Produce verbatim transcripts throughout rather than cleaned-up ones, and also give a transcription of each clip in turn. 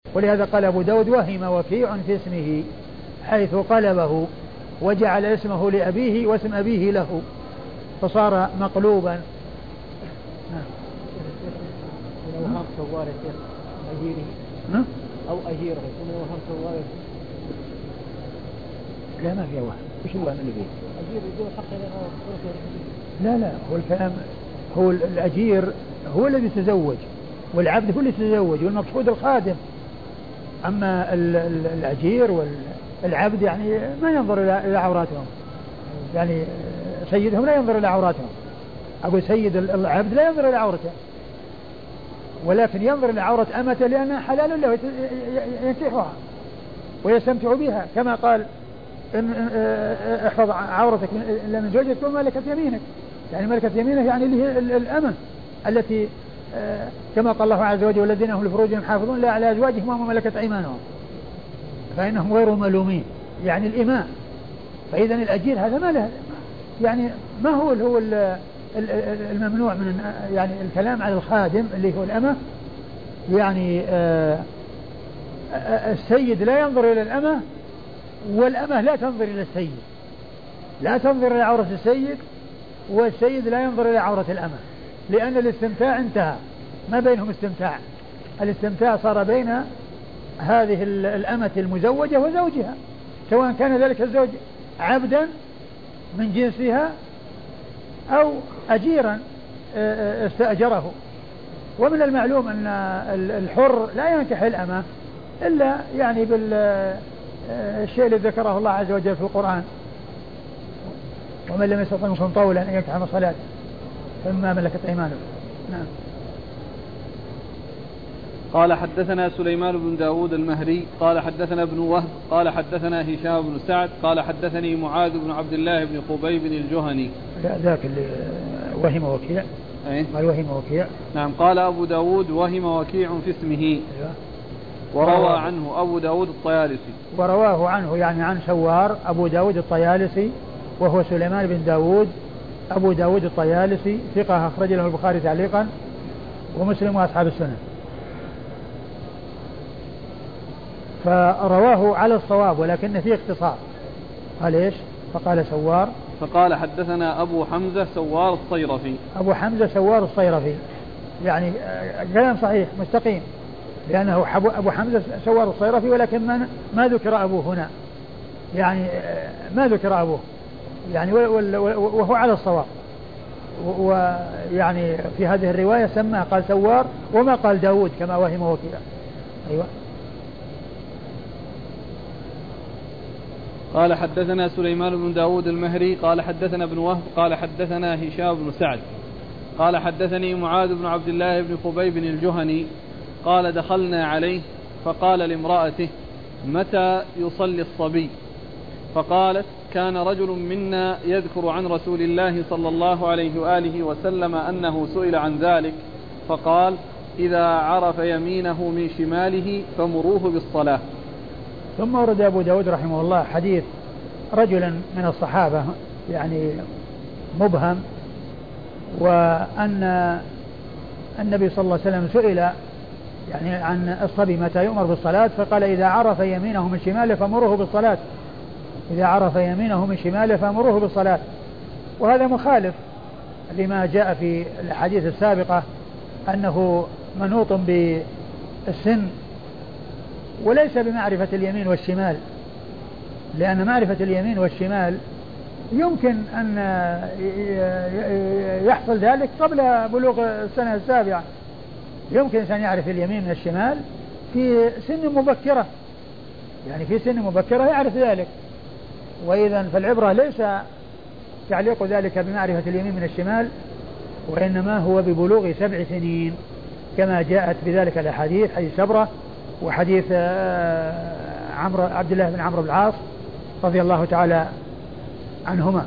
ولهذا قال أبو داود وهم وكيع في اسمه حيث قلبه وجعل اسمه لأبيه واسم أبيه له فصار مقلوبا. وهم سوار الشيخ أجيره أو أجيره يكون وهم سوار. لا ما في وهم. وش الوهم اللي فيه؟ أجير يقول حق لا لا هو الكلام هو الأجير هو الذي يتزوج والعبد هو الذي يتزوج والمقصود الخادم. أما الأجير والعبد يعني ما ينظر إلى عوراتهم يعني سيدهم لا ينظر إلى عوراتهم. أقول سيد العبد لا ينظر إلى عورته ولكن ينظر إلى عورة أمته لأنها حلال له ينكحها ويستمتع بها كما قال إن احفظ عورتك إلا من زوجك وملكة يمينك. يعني ملكة يمينك يعني اللي هي الأمة التي كما قال الله عز وجل والذين هم لفروجهم حافظون لا على أزواجهم وهم ملكت أيمانهم فإنهم غير ملومين يعني الإماء. فإذا الأجير هذا ما له يعني ما هو هو الممنوع من يعني الكلام على الخادم اللي هو الأمة. يعني السيد لا ينظر إلى الأمة والأمة لا تنظر إلى السيد لا تنظر إلى عورة السيد والسيد لا ينظر إلى عورة الأمة لأن الاستمتاع انتهى ما بينهم استمتاع. الاستمتاع صار بين هذه الأمة المزوجة وزوجها سواء كان ذلك الزوج عبدا من جنسها أو أجيرا استأجره. ومن المعلوم أن الحر لا ينكح الأمة إلا يعني بالشيء الذي ذكره الله عز وجل في القرآن ومن لم يستطع منكم طولا أن ينكح مصلاته فما ملكت أيمانه. نعم. قال حدثنا سليمان بن داود المهري قال حدثنا ابن وهب قال حدثنا هشام بن سعد قال حدثني معاذ بن عبد الله بن خبيب الجهني. لا ذاك اللي وهم وكيع. أيه؟ قال وهم وكيع. نعم. قال أبو داود وهم وكيع في اسمه. أيوة. وروى عنه أبو داود الطيالسي. ورواه عنه يعني عن سوار أبو داود الطيالسي وهو سليمان بن داود أبو داود الطيالسي ثقة أخرج له البخاري تعليقا ومسلم وأصحاب السنة. فرواه على الصواب ولكن فيه اختصار. قال ايش؟ فقال سوار فقال حدثنا أبو حمزة سوار الصيرفي. أبو حمزة سوار الصيرفي يعني كلام صحيح مستقيم لأنه أبو حمزة سوار الصيرفي ولكن ما, ما ذكر أبوه هنا يعني ما ذكر أبوه يعني وهو على الصواب. ويعني في هذه الرواية سماه قال سوار وما قال داود كما وهم وكذا. أيوة. قال حدثنا سليمان بن داود المهري قال حدثنا ابن وهب قال حدثنا هشام بن سعد قال حدثني معاذ بن عبد الله بن خبيب الجهني قال دخلنا عليه فقال لامرأته متى يصلي الصبي فقالت كان رجل منا يذكر عن رسول الله صلى الله عليه وآله وسلم أنه سئل عن ذلك فقال إذا عرف يمينه من شماله فمروه بالصلاة. ثم ورد أبو داود رحمه الله حديث رجلا من الصحابة يعني مبهم وأن النبي صلى الله عليه وسلم سئل يعني عن الصبي متى يؤمر بالصلاة فقال إذا عرف يمينه من شماله فمروه بالصلاة إذا عرف يمينه من شماله فمروه بالصلاة. وهذا مخالف لما جاء في الحديث السابقة أنه منوط بالسن وليس بمعرفة اليمين والشمال لأن معرفة اليمين والشمال يمكن أن يحصل ذلك قبل بلوغ السنة السابعة. يمكن أن يعرف اليمين من الشمال في سن مبكرة يعني في سن مبكرة يعرف ذلك. وإذا فالعبرة ليس تعليق ذلك بمعرفة اليمين من الشمال وإنما هو ببلوغ سبع سنين كما جاءت بذلك الأحاديث حديث سبرة وحديث عمرو عبد الله بن عمرو بن العاص رضي الله تعالى عنهما.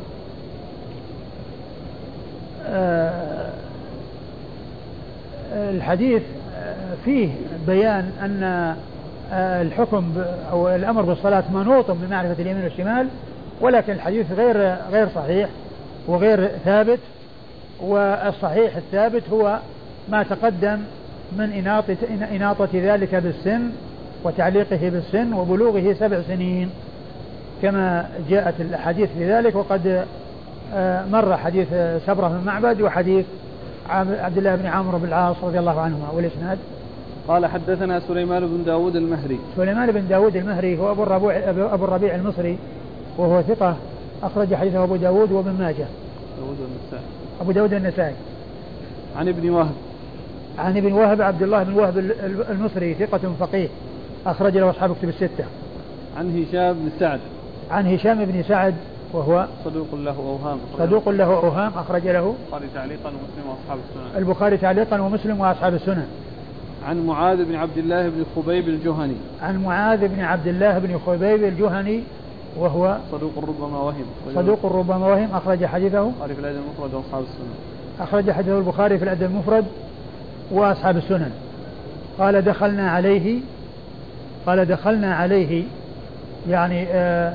الحديث فيه بيان أن الحكم أو الأمر بالصلاة منوط بمعرفة اليمين والشمال ولكن الحديث غير غير صحيح وغير ثابت. والصحيح الثابت هو ما تقدم من إناطة, إناطة ذلك بالسن وتعليقه بالسن وبلوغه سبع سنين كما جاءت الأحاديث في ذلك. وقد مر حديث سبرة بن معبد وحديث عبد الله بن عمرو بن العاص رضي الله عنهما. والإسناد قال حدثنا سليمان بن داود المهري. سليمان بن داود المهري هو أبو الربيع, أبو الربيع المصري وهو ثقة أخرج حديثه أبو داود وابن ماجه. داود النسائي. أبو داود النسائي. عن ابن وهب. عن ابن وهب عبد الله بن وهب المصري ثقة فقيه أخرج له أصحاب كتب الستة. عن هشام بن سعد. عن هشام بن سعد وهو صدوق له أوهام. صدوق له أوهام أخرج له البخاري تعليقا ومسلم وأصحاب السنن. البخاري تعليقا ومسلم وأصحاب السنن. عن معاذ بن عبد الله بن خبيب الجهني. عن معاذ بن عبد الله بن خبيب الجهني وهو صدوق ربما وهم. صدوق ربما وهم أخرج حديثه البخاري في الأدب المفرد وأصحاب السنن. أخرج حديثه البخاري في الأدب المفرد وأصحاب السنن. قال دخلنا عليه قال دخلنا عليه يعني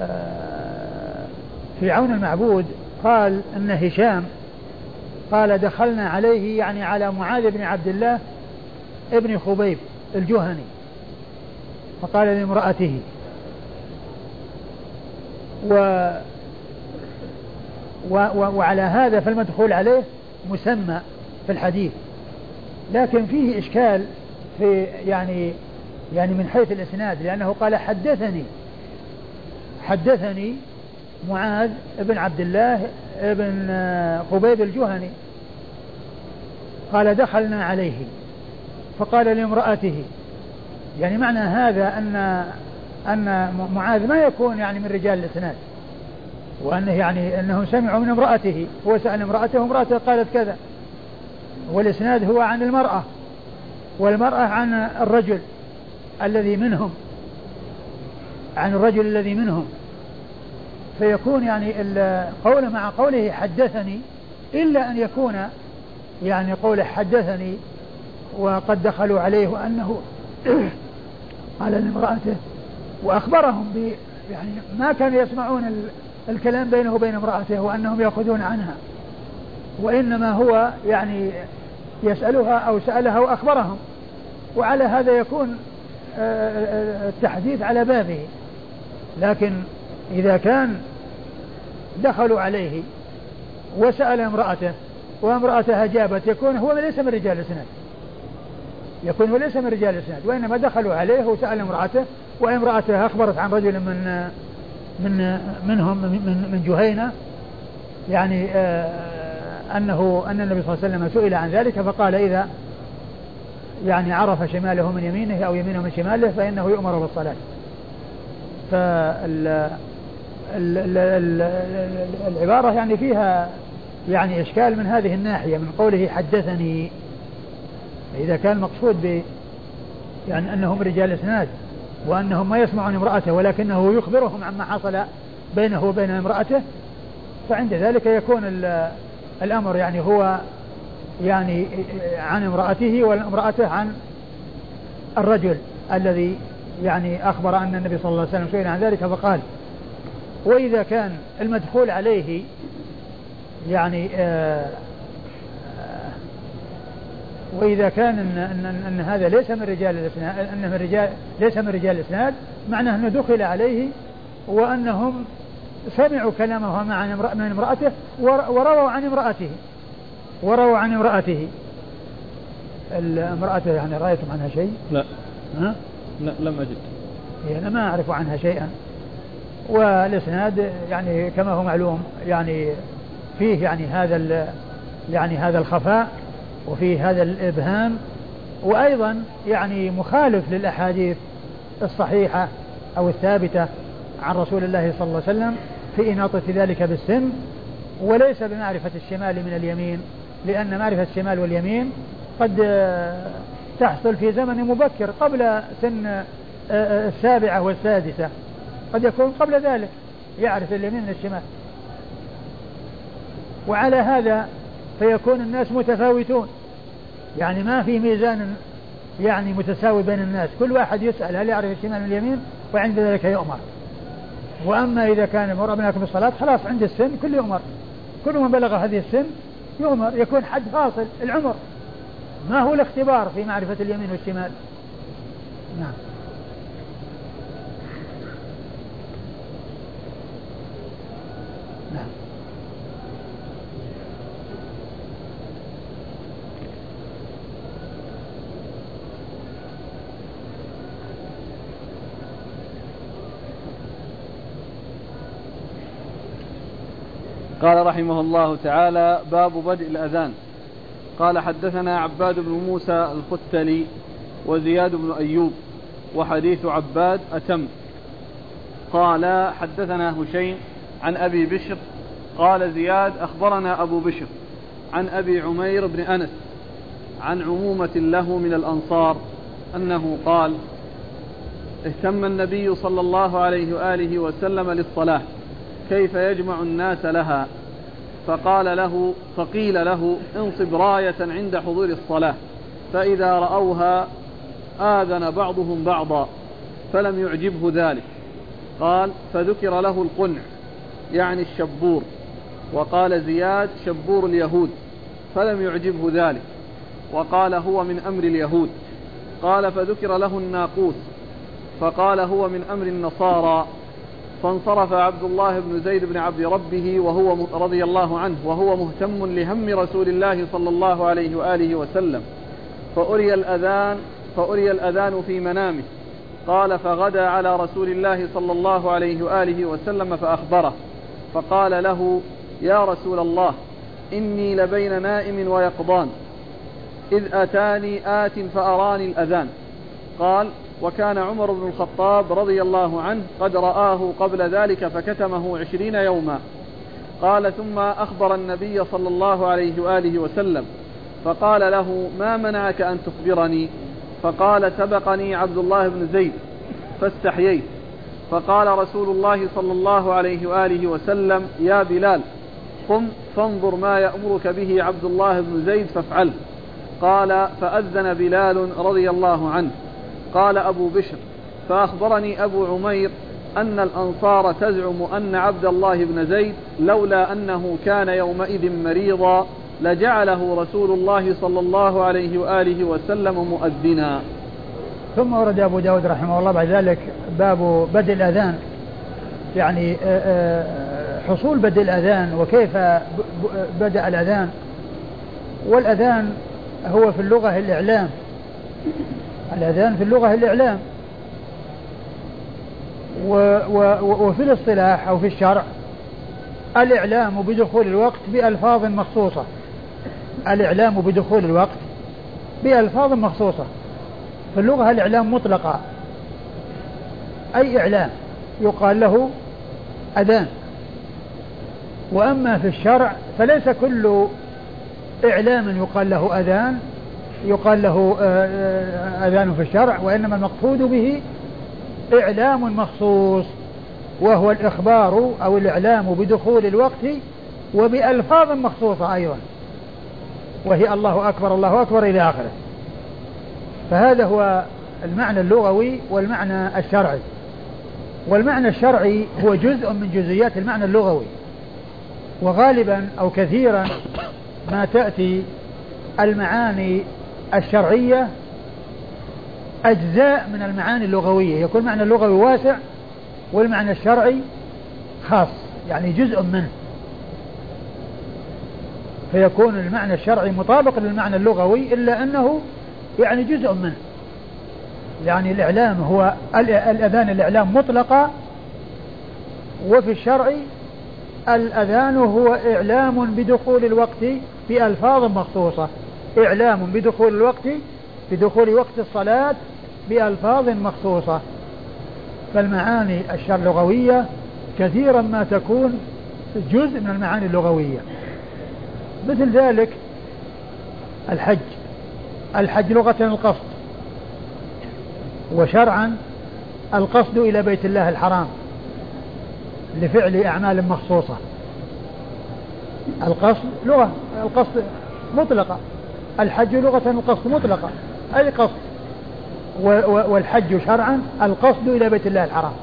في عون المعبود قال أن هشام قال دخلنا عليه يعني على معاذ بن عبد الله ابن خبيب الجهني فقال لامرأته و و و وعلى هذا فالمدخول عليه مسمى في الحديث. لكن فيه إشكال في يعني يعني من حيث الإسناد لأنه قال حدثني حدثني معاذ بن عبد الله بن خبيب الجهني قال دخلنا عليه فقال لامرأته. يعني معنى هذا أن أن معاذ ما يكون يعني من رجال الإسناد وأنه يعني أنهم سمعوا من امرأته. هو سأل امرأته امرأته قالت كذا. والإسناد هو عن المرأة والمرأة عن الرجل الذي منهم عن الرجل الذي منهم فيكون يعني قوله مع قوله حدثني إلا أن يكون يعني قوله حدثني وقد دخلوا عليه وأنه قال لامرأته وأخبرهم ب يعني ما كانوا يسمعون الكلام بينه وبين امرأته وأنهم يأخذون عنها وإنما هو يعني يسألها أو سألها وأخبرهم. وعلى هذا يكون التحديث على بابه. لكن إذا كان دخلوا عليه وسأل امرأته وامرأتها جابت يكون هو ليس من رجال الإسناد يكون هو ليس من رجال الإسناد وإنما دخلوا عليه وسأل امرأته وامرأته أخبرت عن رجل من من منهم من من جهينة يعني أنه أن النبي صلى الله عليه وسلم سئل عن ذلك فقال إذا يعني عرف شماله من يمينه أو يمينه من شماله فإنه يؤمر بالصلاة. فالعبارة يعني فيها يعني إشكال من هذه الناحية من قوله حدثني. إذا كان المقصود ب يعني أنهم رجال إسناد وأنهم ما يسمعون امرأته ولكنه يخبرهم عما حصل بينه وبين امرأته فعند ذلك يكون الأمر يعني هو يعني عن امرأته والامرأة عن الرجل الذي يعني أخبر أن النبي صلى الله عليه وسلم سئل عن ذلك فقال. وإذا كان المدخول عليه يعني آآ آآ وإذا كان إن, إن, إن هذا ليس من رجال الإسناد أنه من رجال ليس من رجال الإسناد معناه أنه دخل عليه وأنهم سمعوا كلامه مع من امرأته ورووا عن امرأته ورووا عن امرأته. المرأة يعني رأيتم عنها شيء؟ لا. ها؟ لا لم أجد. يعني ما أعرف عنها شيئا. والإسناد يعني كما هو معلوم يعني فيه يعني هذا يعني هذا الخفاء وفيه هذا الإبهام وأيضا يعني مخالف للأحاديث الصحيحة أو الثابتة عن رسول الله صلى الله عليه وسلم في إناطة ذلك بالسن وليس بمعرفة الشمال من اليمين لأن معرفة الشمال واليمين قد تحصل في زمن مبكر قبل سن السابعة والسادسة قد يكون قبل ذلك يعرف اليمين من الشمال. وعلى هذا فيكون الناس متفاوتون يعني ما في ميزان يعني متساوي بين الناس كل واحد يسأل هل يعرف الشمال من اليمين وعند ذلك يؤمر. وأما إذا كان يأمر أبناءكم بالصلاة خلاص عند السن كل يؤمر كل من بلغ هذه السن يؤمر يكون حد فاصل العمر ما هو الاختبار في معرفة اليمين والشمال. نعم. قال رحمه الله تعالى: باب بدء الأذان. قال: حدثنا عباد بن موسى الختلي وزياد بن أيوب، وحديث عباد أتم. قال: حدثنا هشيم عن أبي بشر. قال زياد: أخبرنا أبو بشر عن أبي عمير بن أنس عن عمومة له من الأنصار أنه قال: اهتم النبي صلى الله عليه وآله وسلم للصلاة كيف يجمع الناس لها، فقال له فقيل له: انصب راية عند حضور الصلاة، فإذا رأوها آذن بعضهم بعضا، فلم يعجبه ذلك. قال: فذكر له القنع يعني الشبور، وقال زياد: شبور اليهود، فلم يعجبه ذلك، وقال: هو من أمر اليهود. قال: فذكر له الناقوس، فقال: هو من أمر النصارى. فانصرف عبد الله بن زيد بن عبد ربه وهو رضي الله عنه وهو مهتم لهم رسول الله صلى الله عليه وآله وسلم، فأري الأذان فأري الأذان في منامه. قال: فغدا على رسول الله صلى الله عليه وآله وسلم فأخبره، فقال له: يا رسول الله، إني لبين نائم ويقظان، إذ أتاني آت فأراني الأذان. قال: وكان عمر بن الخطاب رضي الله عنه قد رآه قبل ذلك فكتمه عشرين يوما. قال: ثم أخبر النبي صلى الله عليه وآله وسلم، فقال له: ما منعك أن تخبرني؟ فقال: سبقني عبد الله بن زيد فاستحييت. فقال رسول الله صلى الله عليه وآله وسلم: يا بلال، قم فانظر ما يأمرك به عبد الله بن زيد فافعله. قال: فأذن بلال رضي الله عنه. قال أبو بشر: فأخبرني أبو عمير أن الأنصار تزعم أن عبد الله بن زيد لولا أنه كان يومئذ مريضا لجعله رسول الله صلى الله عليه وآله وسلم مؤذنا. ثم ورد أبو داود رحمه الله بعد ذلك باب بدء الأذان، يعني حصول بدء الأذان وكيف بدأ الأذان. والأذان هو في اللغة الإعلام، الأذان في اللغة الإعلام، وفي الاصطلاح أو في الشرع الإعلام بدخول الوقت بألفاظ مخصوصة، الإعلام بدخول الوقت بألفاظ مخصوصة. في اللغة الإعلام مطلقة، أي إعلام يقال له أذان. وأما في الشرع فليس كل إعلام يقال له أذان يقال له أذان في الشرع، وإنما المقصود به إعلام مخصوص، وهو الإخبار أو الإعلام بدخول الوقت وبألفاظ مخصوصة أيضا، وهي الله أكبر الله أكبر إلى آخره. فهذا هو المعنى اللغوي والمعنى الشرعي. والمعنى الشرعي هو جزء من جزئيات المعنى اللغوي، وغالبا أو كثيرا ما تأتي المعاني الشرعية أجزاء من المعاني اللغوية، يكون المعنى اللغوي واسع والمعنى الشرعي خاص، يعني جزء منه، فيكون المعنى الشرعي مطابق للمعنى اللغوي إلا أنه يعني جزء منه. يعني الإعلام هو الأذان، الإعلام مطلقة، وفي الشرع الأذان هو إعلام بدخول الوقت بألفاظ مخصوصة، إعلام بدخول الوقت بدخول وقت الصلاة بألفاظ مخصوصة. فالمعاني الشرع اللغوية كثيرا ما تكون جزء من المعاني اللغوية. مثل ذلك الحج، الحج لغة القصد، وشرعا القصد إلى بيت الله الحرام لفعل أعمال مخصوصة. القصد لغة القصد مطلقة، الحج لغة القصد مطلقة، أي قصد. والحج شرعا القصد إلى بيت الله الحرام.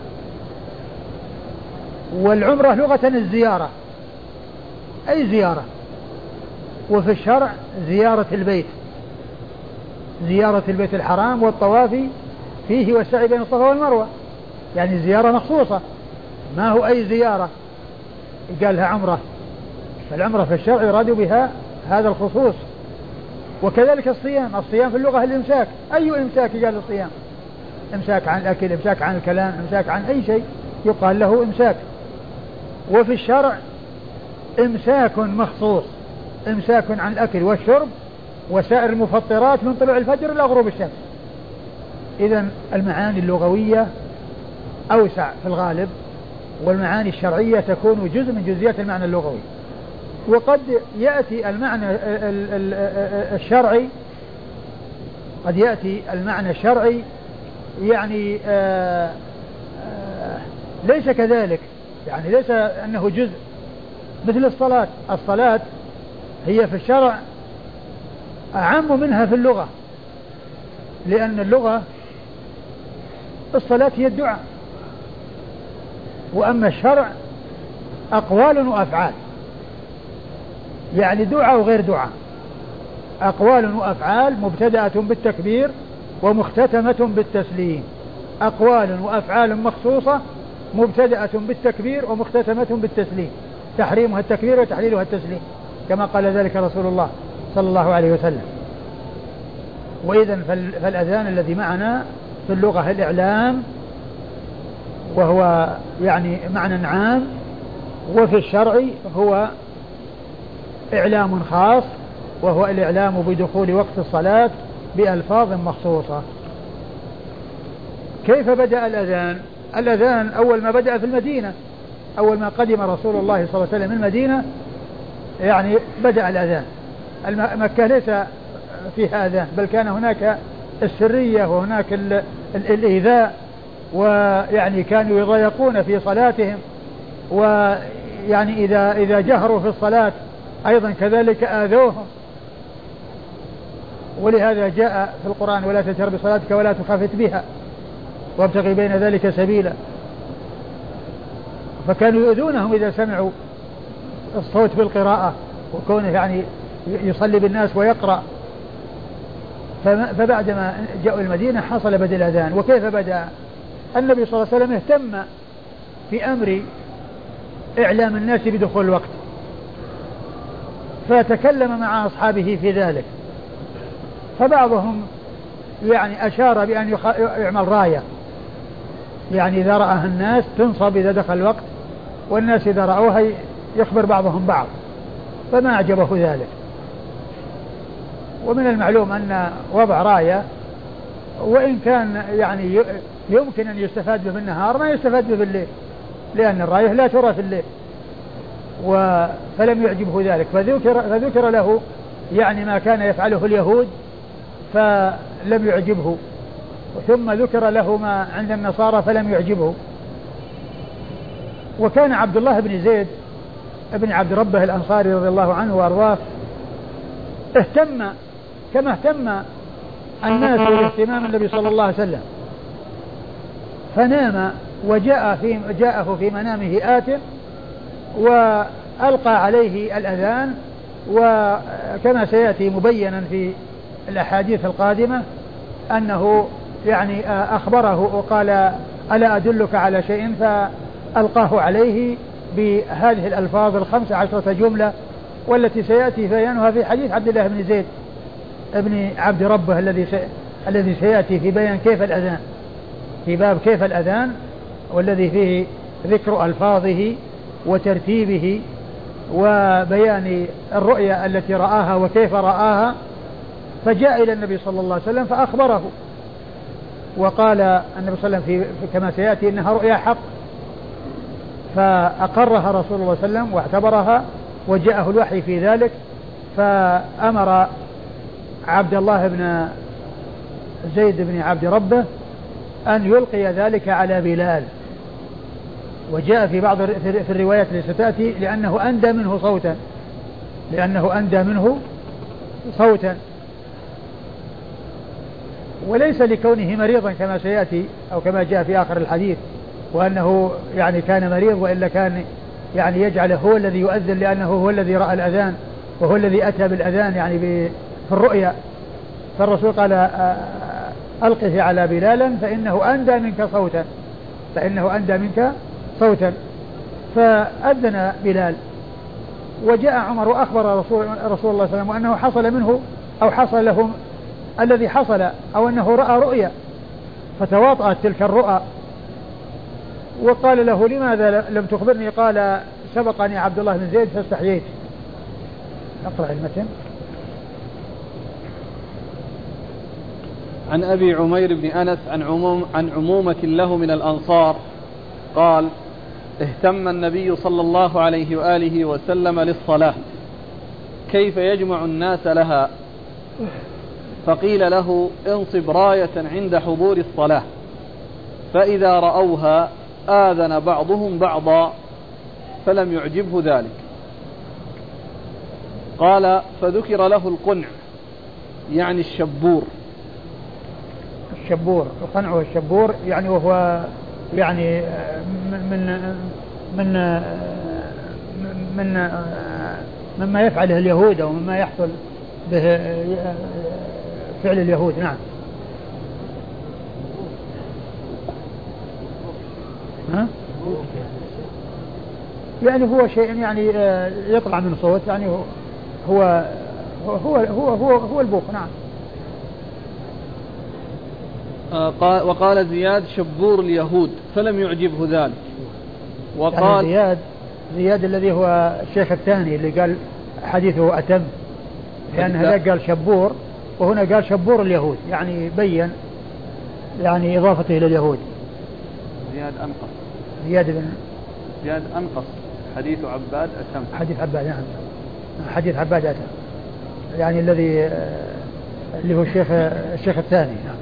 والعمرة لغة الزيارة، أي زيارة. وفي الشرع زيارة البيت، زيارة البيت الحرام والطواف فيه والسعي بين الصفا والمروة، يعني زيارة مخصوصة، ما هو أي زيارة قالها عمرة. فالعمرة في الشرع يراد بها هذا الخصوص. وكذلك الصيام، الصيام في اللغة الإمساك، أي إمساك قال الصيام؟ إمساك عن الأكل، إمساك عن الكلام، إمساك عن أي شيء يقال له إمساك. وفي الشرع إمساك مخصوص، إمساك عن الأكل والشرب وسائر المفطرات من طلوع الفجر إلى غروب الشمس. إذن المعاني اللغوية أوسع في الغالب، والمعاني الشرعية تكون جزء من جزئيات المعنى اللغوي. وقد يأتي المعنى الشرعي قد يأتي المعنى الشرعي يعني آآ آآ ليس كذلك، يعني ليس أنه جزء، مثل الصلاة. الصلاة هي في الشرع أعم منها في اللغة، لأن اللغة الصلاة هي الدعاء، وأما الشرع أقوال وأفعال، يعني دعاء وغير دعاء، أقوال وأفعال مبتدأة بالتكبير ومختتمة بالتسليم، أقوال وأفعال مخصوصة مبتدأة بالتكبير ومختتمة بالتسليم، تحريمها التكبير وتحليلها التسليم، كما قال ذلك رسول الله صلى الله عليه وسلم. وإذن فالأذان الذي معنا في اللغة الإعلام، وهو يعني معنى عام، وفي الشرع هو إعلام خاص، وهو الإعلام بدخول وقت الصلاة بألفاظ مخصوصة. كيف بدأ الأذان؟ الأذان أول ما بدأ في المدينة، أول ما قدم رسول الله صلى الله عليه وسلم المدينة يعني بدأ الأذان. مكة ليس فيها أذان، بل كان هناك السرية وهناك الإيذاء، ويعني كانوا يضايقون في صلاتهم، ويعني إذا إذا جهروا في الصلاة أيضا كذلك آذوهم. ولهذا جاء في القرآن: ولا تجهر بصلاتك ولا تخافت بها وابتغي بين ذلك سبيلا. فكانوا يؤذونهم إذا سمعوا الصوت بالقراءة، وكونه يعني يصلي بالناس ويقرأ. فبعدما جاءوا المدينة حصل بدء الأذان. وكيف بدأ؟ النبي صلى الله عليه وسلم اهتم في أمر إعلام الناس بدخول الوقت، فتكلم مع أصحابه في ذلك. فبعضهم يعني أشار بأن يعمل راية، يعني إذا رأها الناس تنصب إذا دخل الوقت، والناس إذا رأوها يخبر بعضهم بعض، فما أعجبه ذلك. ومن المعلوم أن وضع راية وإن كان يعني يمكن أن يستفاد به بالنهار ما يستفاد به بالليل، لأن الراية لا ترى في الليل، فلم يعجبه ذلك. فذكر, فذكر له يعني ما كان يفعله اليهود فلم يعجبه، ثم ذكر له ما عند النصارى فلم يعجبه. وكان عبد الله بن زيد ابن عبد ربه الأنصاري رضي الله عنه وأرضاه اهتم كما اهتم الناس باهتمام النبي صلى الله عليه وسلم، فنام وجاء في جاءه في منامه آت وألقى عليه الأذان. وكما سيأتي مبينا في الأحاديث القادمة أنه يعني أخبره وقال: ألا أدلك على شيء؟ فألقاه عليه بهذه الألفاظ الخمسة عشرة جملة، والتي سيأتي بيانها في حديث عبد الله بن زيد ابن عبد ربه الذي الذي سيأتي في بيان كيف الأذان، في باب كيف الأذان، والذي فيه ذكر ألفاظه وترتيبه وبيان الرؤيا التي رآها وكيف رآها. فجاء إلى النبي صلى الله عليه وسلم فأخبره، وقال النبي صلى الله عليه وسلم كما سيأتي إنها رؤيا حق، فأقرها رسول الله صلى الله عليه وسلم واعتبرها، وجاءه الوحي في ذلك. فأمر عبد الله بن زيد بن عبد ربه أن يلقي ذلك على بلال. وجاء في بعض في الروايات التي ستأتي لأنه أندى منه صوتا لأنه أندى منه صوتا وليس لكونه مريضا كما سيأتي أو كما جاء في آخر الحديث، وأنه يعني كان مريض، وإلا كان يعني يجعله هو الذي يؤذن، لأنه هو الذي رأى الأذان وهو الذي أتى بالأذان يعني في الرؤيا. فالرسول قال: ألقه على بلالا فإنه أندى منك صوتا فإنه أندى منك صوتا فأذن بلال. وجاء عمر وأخبر رسول, رسول الله صلى الله عليه وسلم أنه حصل منه أو حصل له الذي حصل، أو أنه رأى رؤيا، فتواطأت تلك الرؤى. وقال له: لماذا لم تخبرني؟ قال: سبقني عبد الله بن زيد فاستحييت. اقرأ المتن. عن أبي عمير بن أنس عن, عموم عن عمومة له من الأنصار قال: اهتم النبي صلى الله عليه وآله وسلم للصلاة كيف يجمع الناس لها، فقيل له: انصب راية عند حضور الصلاة، فإذا رأوها آذن بعضهم بعضا، فلم يعجبه ذلك. قال: فذكر له القنع يعني الشبور. الشبور القنع والشبور يعني وهو يعني من من من مما يفعله اليهود أو مما يحصل به فعل اليهود. نعم. ها؟ يعني هو شيء يعني يطلع من صوت، يعني هو هو هو هو هو, هو البوق. نعم. وقال زياد: شبور اليهود، فلم يعجبه ذلك. وقال يعني زياد زياد الذي هو الشيخ الثاني اللي قال حديثه أتم، لأن هذا قال شبور وهنا قال شبور اليهود، يعني بين يعني إضافته إلى اليهود. زياد أنقص. زياد بن زياد أنقص. حديث عباد أتم. حديث عباد. نعم. حديث عباد أتم، يعني الذي اللي هو الشيخ الشيخ الثاني. نعم.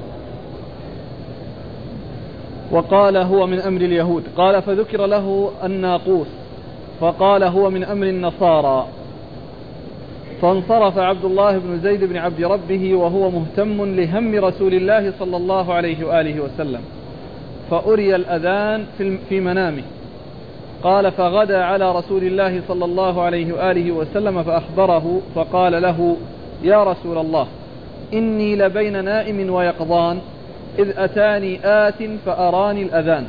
وقال: هو من أمر اليهود. قال: فذكر له الناقوس، فقال: هو من أمر النصارى. فانصرف عبد الله بن زيد بن عبد ربه وهو مهتم لهم رسول الله صلى الله عليه وآله وسلم، فأري الأذان في منامه. قال: فغدا على رسول الله صلى الله عليه وآله وسلم فأخبره، فقال له: يا رسول الله، إني لبين نائم ويقظان، إذ أتاني آت فأراني الأذان.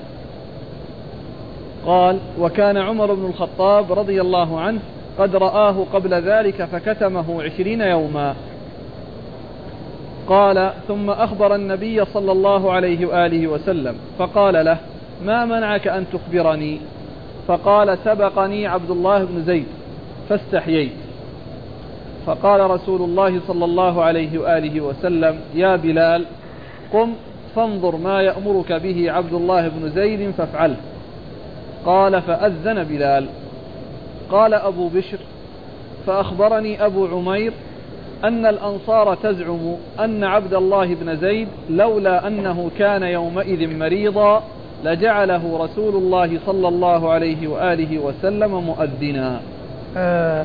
قال: وكان عمر بن الخطاب رضي الله عنه قد رآه قبل ذلك فكتمه عشرين يوما. قال: ثم أخبر النبي صلى الله عليه وآله وسلم فقال له: ما منعك أن تخبرني؟ فقال: سبقني عبد الله بن زيد فاستحييت. فقال رسول الله صلى الله عليه وآله وسلم: يا بلال، قم فانظر ما يأمرك به عبد الله بن زيد فافعله. قال: فأذن بلال. قال أبو بشر: فأخبرني أبو عمير أن الأنصار تزعم أن عبد الله بن زيد لولا أنه كان يومئذ مريضا لجعله رسول الله صلى الله عليه وآله وسلم مؤذنا. آه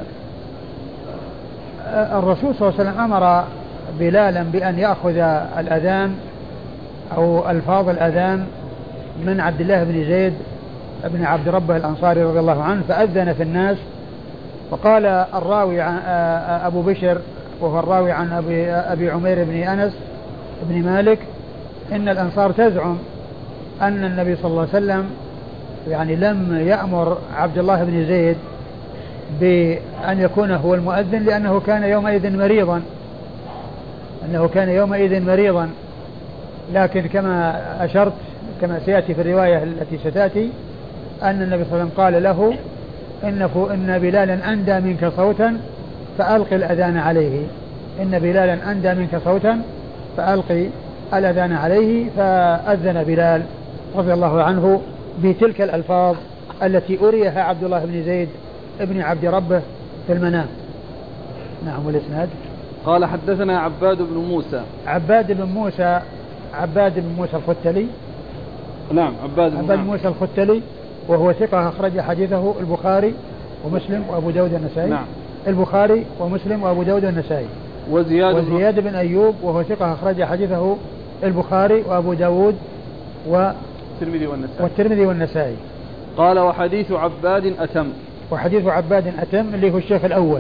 الرسول صلى الله عليه وسلم أمر بلالا بأن يأخذ الأذان أو ألفاظ الأذان من عبد الله بن زيد بن عبد ربه الأنصاري رضي الله عنه، فأذن في الناس. وقال الراوي عن أبو بشر وهو الراوي عن أبي, أبي عمير بن أنس بن مالك إن الأنصار تزعم أن النبي صلى الله عليه وسلم يعني لم يأمر عبد الله بن زيد بأن يكون هو المؤذن لأنه كان يومئذ مريضا أنه كان يومئذ مريضا لكن كما أشرت كما سيأتي في الرواية التي ستأتي أن النبي صلى الله عليه وسلم قال له: إنه إن بلالا أندى منك صوتا فألقي الأذان عليه إن بلالا أندى منك صوتا فألقي الأذان عليه. فأذن بلال رضي الله عنه بتلك الألفاظ التي أريها عبد الله بن زيد ابن عبد ربه في المنام. نعم. والإسناد قال: حدثنا عباد بن موسى. عباد بن موسى عباد بن موسى الختلي. نعم. عباد بن, عباد موسى الختلي وهو ثقة أخرج حديثه البخاري ومسلم وأبو داود النسائي. نعم. البخاري ومسلم وأبو داود النسائي. وزياد, وزياد بن أيوب وهو ثقة أخرج حديثه البخاري وأبو داود والترمذي والنسائي. والترمذي والنسائي. قال: وحديث عباد أتم. وحديث عباد أتم اللي هو الشيخ الأول.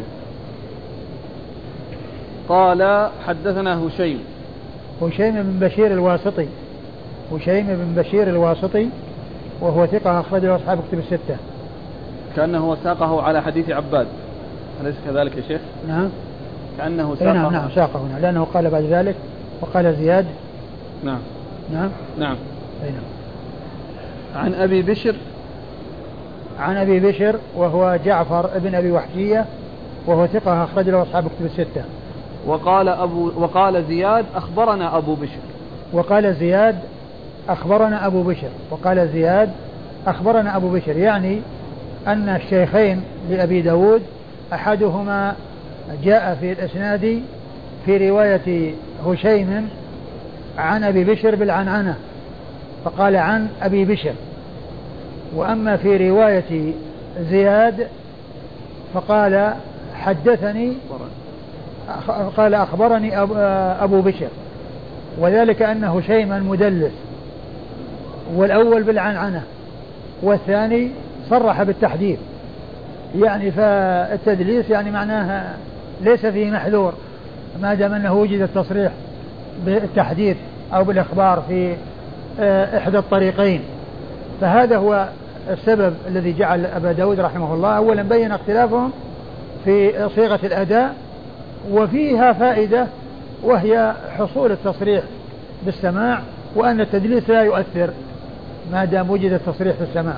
قال: حدثنا هشيم. هشيم بن بشير الواسطي هشيم بن بشير الواسطي وهو ثقة أخرجه أصحاب كتب الستة. كأنه ساقه على حديث عباد، أليس كذلك يا شيخ؟ نعم. كأنه ساقه. نعم نعم ساقه هنا لأنه قال بعد ذلك وقال زياد. نعم نعم نعم. أي نعم. عن أبي بشر عن أبي بشر وهو جعفر ابن أبي وحشية وهو ثقة أخرج له أصحاب كتب الستة. وقال أبو وقال زياد أخبرنا أبو بشر. وقال زياد أخبرنا أبو بشر وقال زياد أخبرنا أبو بشر، يعني أن الشيخين لأبي داود أحدهما جاء في الإسناد في رواية هشيم عن أبي بشر بالعنعنة فقال عن أبي بشر، وأما في رواية زياد فقال حدثني قال أخبرني أبو بشر، وذلك أن هشيما مدلس، والأول بالعنعنة والثاني صرح بالتحديث، يعني فالتدليس يعني معناها ليس فيه محذور ما دام أنه وجد التصريح بالتحديث أو بالإخبار في إحدى الطريقين. فهذا هو السبب الذي جعل أبا داود رحمه الله أولا بين اختلافهم في صيغة الأداء، وفيها فائدة وهي حصول التصريح بالسماع، وأن التدليس لا يؤثر ما دام وجد التصريح في السماع.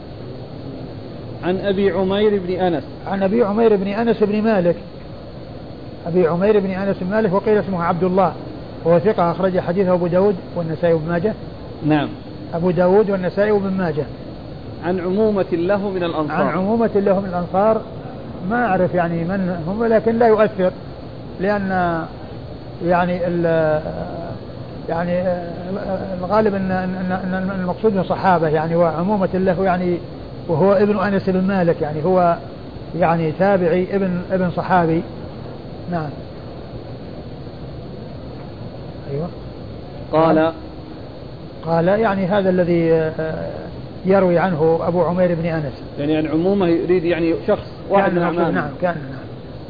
عن أبي عمير بن أنس عن أبي عمير بن أنس بن مالك أبي عمير بن أنس بن مالك وقيل اسمه عبد الله وهو ثقة أخرج حديثه أبو داود والنسائي وابن ماجه. نعم. أبو داود والنسائي وابن ماجه. عن عمومة له من الأنصار. عن عمومة له من الأنصار، ما أعرف يعني من هم، لكن لا يؤثر، لأن يعني يعني الغالب أن أن المقصود من صحابة يعني، وعمومة له يعني وهو ابن أنس بن مالك، يعني هو يعني تابعي ابن ابن صحابي. نعم. أيوة. قال قال يعني هذا الذي يروي عنه أبو عمير بن أنس، يعني عن عمومه يريد يعني شخص واحد من أعمامه. نعم كان نعم.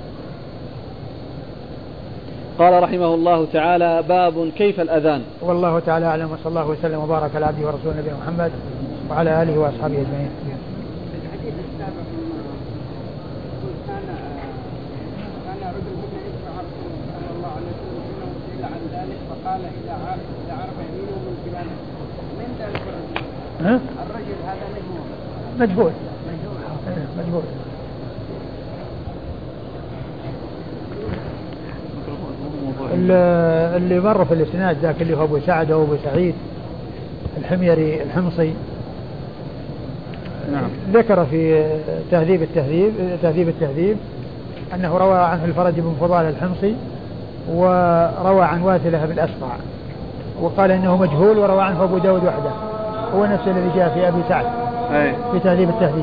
قال رحمه الله تعالى: باب كيف الأذان. والله تعالى أعلم، وصلى الله وسلم وبارك على عبده ورسوله نبينا محمد وعلى آله وأصحابه أجمعين. الحديث السابق كان كان رجل منا يسمع رسول صلى الله عليه وسلم انه سئل عن ذلك فقال اذا عرف اذا عرف يمينه من كلامه. من ذلك الرجل؟ الرجل هذا مجهول. مجهول. مجهول. اللي مر في الاسناد ذاك اللي هو ابو سعد او ابو سعيد الحميري الحمصي. نعم. ذكر في تهذيب التهذيب تهذيب التهذيب انه روى عنه الفرج بن فضال الحمصي، وروى عن واثلة بالأسقع، وقال انه مجهول، وروى عنه ابو داود وحده، هو نفس الذي جاء في ابي سعد أي. في تهذيب التهذيب.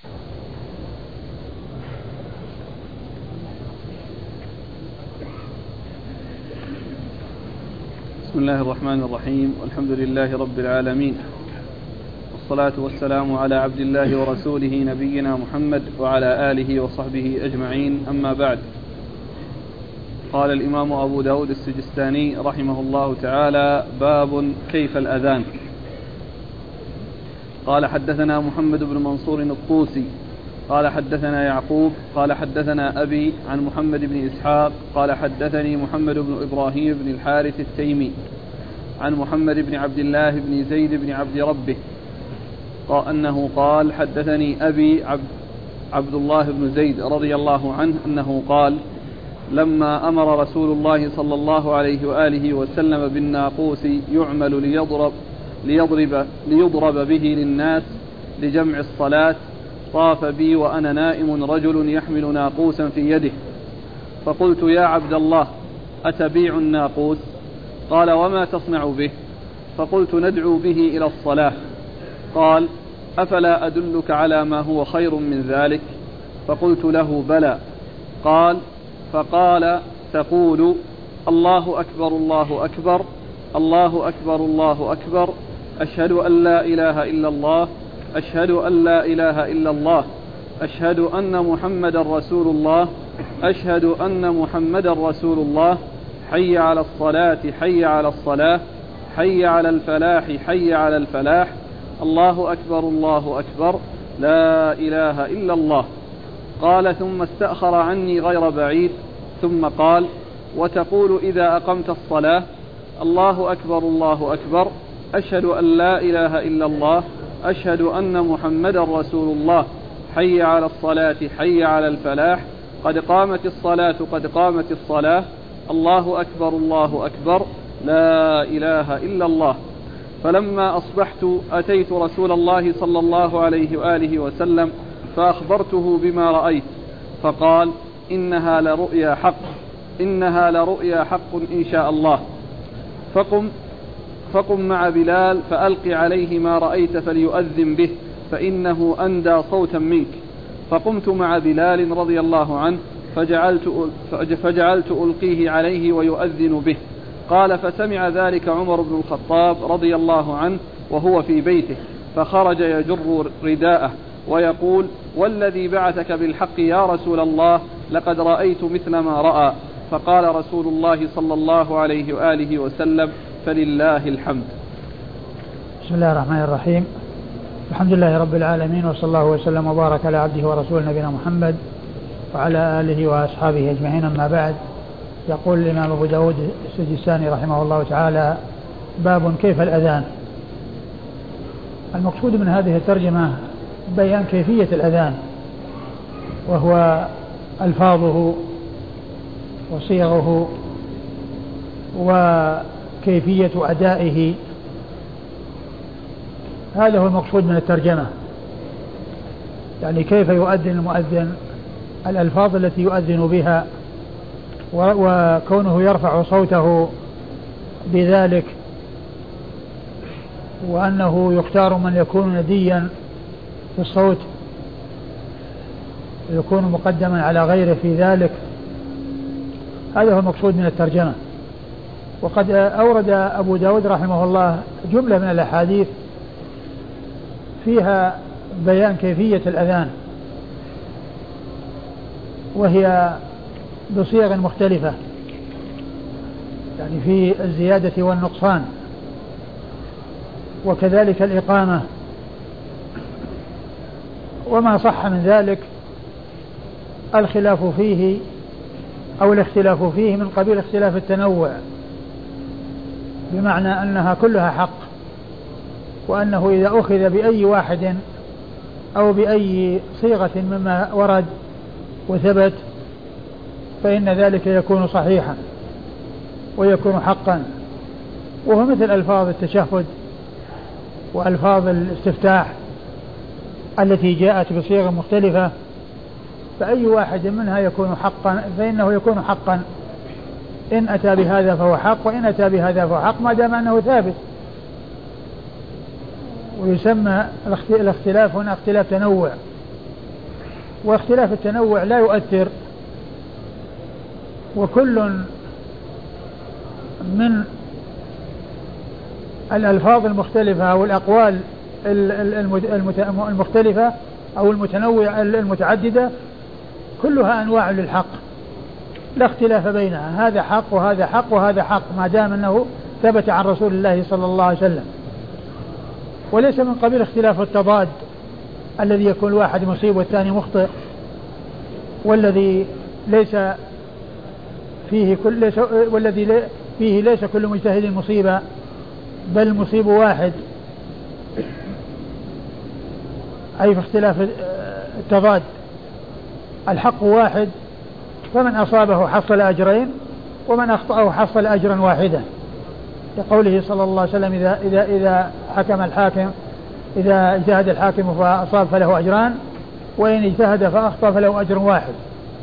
بسم الله الرحمن الرحيم، والحمد لله رب العالمين، والصلاة والسلام على عبد الله ورسوله نبينا محمد وعلى آله وصحبه أجمعين، أما بعد. قال الإمام أبو داود السجستاني رحمه الله تعالى: باب كيف الأذان. قال: حدثنا محمد بن منصور الطوسي قال حدثنا يعقوب قال حدثنا أبي عن محمد بن إسحاق قال حدثني محمد بن إبراهيم بن الحارث التيمي عن محمد بن عبد الله بن زيد بن عبد ربه قال أنه قال: حدثني أبي عبد, عبد الله بن زيد رضي الله عنه أنه قال: لما أمر رسول الله صلى الله عليه وآله وسلم بالناقوس يعمل ليضرب, ليضرب, ليضرب به للناس لجمع الصلاة، طاف بي وأنا نائم رجل يحمل ناقوسا في يده، فقلت: يا عبد الله، أتبيع الناقوس؟ قال: وما تصنع به؟ فقلت: ندعو به إلى الصلاة. قال: أفلا أدلك على ما هو خير من ذلك؟ فقلت له: بلى. قال: فقال: تقول: الله أكبر الله أكبر الله أكبر الله أكبر، أشهد أن لا إله إلا الله أشهد أن لا إله إلا الله أشهد أن محمد رسول الله أشهد أن محمد رسول الله، حي على الصلاة حي على الصلاة حي على الفلاح حي على الفلاح، الله أكبر الله أكبر لا إله إلا الله. قال: ثم استأخر عني غير بعيد ثم قال: وتقول إذا أقمت الصلاة: الله أكبر الله أكبر أشهد أن لا إله إلا الله أشهد أن محمدا رسول الله، حي على الصلاة حي على الفلاح، قد قامت الصلاة قد قامت الصلاة، الله أكبر الله أكبر، لا إله إلا الله. فلما أصبحت أتيت رسول الله صلى الله عليه وآله وسلم فأخبرته بما رأيت، فقال: إنها لرؤيا حق، إنها لرؤيا حق إن شاء الله. فقم فقم مع بلال فألق عليه ما رأيت فليؤذن به، فإنه أندى صوتا منك. فقمت مع بلال رضي الله عنه فجعلت, فجعلت ألقيه عليه ويؤذن به. قال: فسمع ذلك عمر بن الخطاب رضي الله عنه وهو في بيته، فخرج يجر رداءه ويقول: والذي بعثك بالحق يا رسول الله، لقد رأيت مثل ما رأى. فقال رسول الله صلى الله عليه وآله وسلم: فلله الحمد. بسم الله الرحمن الرحيم، الحمد لله رب العالمين، وصلى الله وسلم وبارك على عبده ورسوله نبينا محمد وعلى آله وأصحابه أجمعين. أما بعد، يقول الإمام أبو داود السجستاني رحمه الله تعالى: باب كيف الأذان. المقصود من هذه الترجمة بيان كيفية الأذان، وهو ألفاظه وصيغه وكيفية أدائه. هذا هو المقصود من الترجمة، يعني كيف يؤذن المؤذن، الألفاظ التي يؤذن بها، وكونه يرفع صوته بذلك، وأنه يختار من يكون نديا في الصوت، يكون مقدما على غيره في ذلك. هذا هو المقصود من الترجمة. وقد أورد أبو داود رحمه الله جملة من الأحاديث فيها بيان كيفية الأذان، وهي بصيغ مختلفة، يعني في الزيادة والنقصان، وكذلك الإقامة. وما صح من ذلك الخلاف فيه أو الاختلاف فيه من قبيل اختلاف التنوع، بمعنى أنها كلها حق، وأنه إذا أخذ بأي واحد أو بأي صيغة مما ورد وثبت فإن ذلك يكون صحيحا ويكون حقا. وهو مثل ألفاظ التشهد وألفاظ الاستفتاح التي جاءت بصيغ مختلفة، فأي واحد منها يكون حقا، فإنه يكون حقا إن أتى بهذا فهو حق، وإن أتى بهذا فهو حق، ما دام أنه ثابت. ويسمى الاختلاف هنا اختلاف تنوع، واختلاف التنوع لا يؤثر، وكل من الألفاظ المختلفة أو الأقوال المختلفة أو المتنوعة المتعددة كلها أنواع للحق، لا اختلاف بينها، هذا حق وهذا حق وهذا حق، ما دام أنه ثبت عن رسول الله صلى الله عليه وسلم. وليس من قبيل اختلاف التضاد الذي يكون الواحد مصيب والثاني مخطئ، والذي ليس فيه كل ليس والذي فيه ليس كل مجتهد مصيبة، بل المصيب واحد، أي في اختلاف التضاد الحق واحد، فمن أصابه حصل أجرين ومن أخطأه حصل أجرا واحدا، لقوله صلى الله عليه وسلم: إذا, إذا, إذا حكم الحاكم إذا اجتهد الحاكم فأصاب فله أجران، وإن اجتهد فأخطأ فله أجر واحد.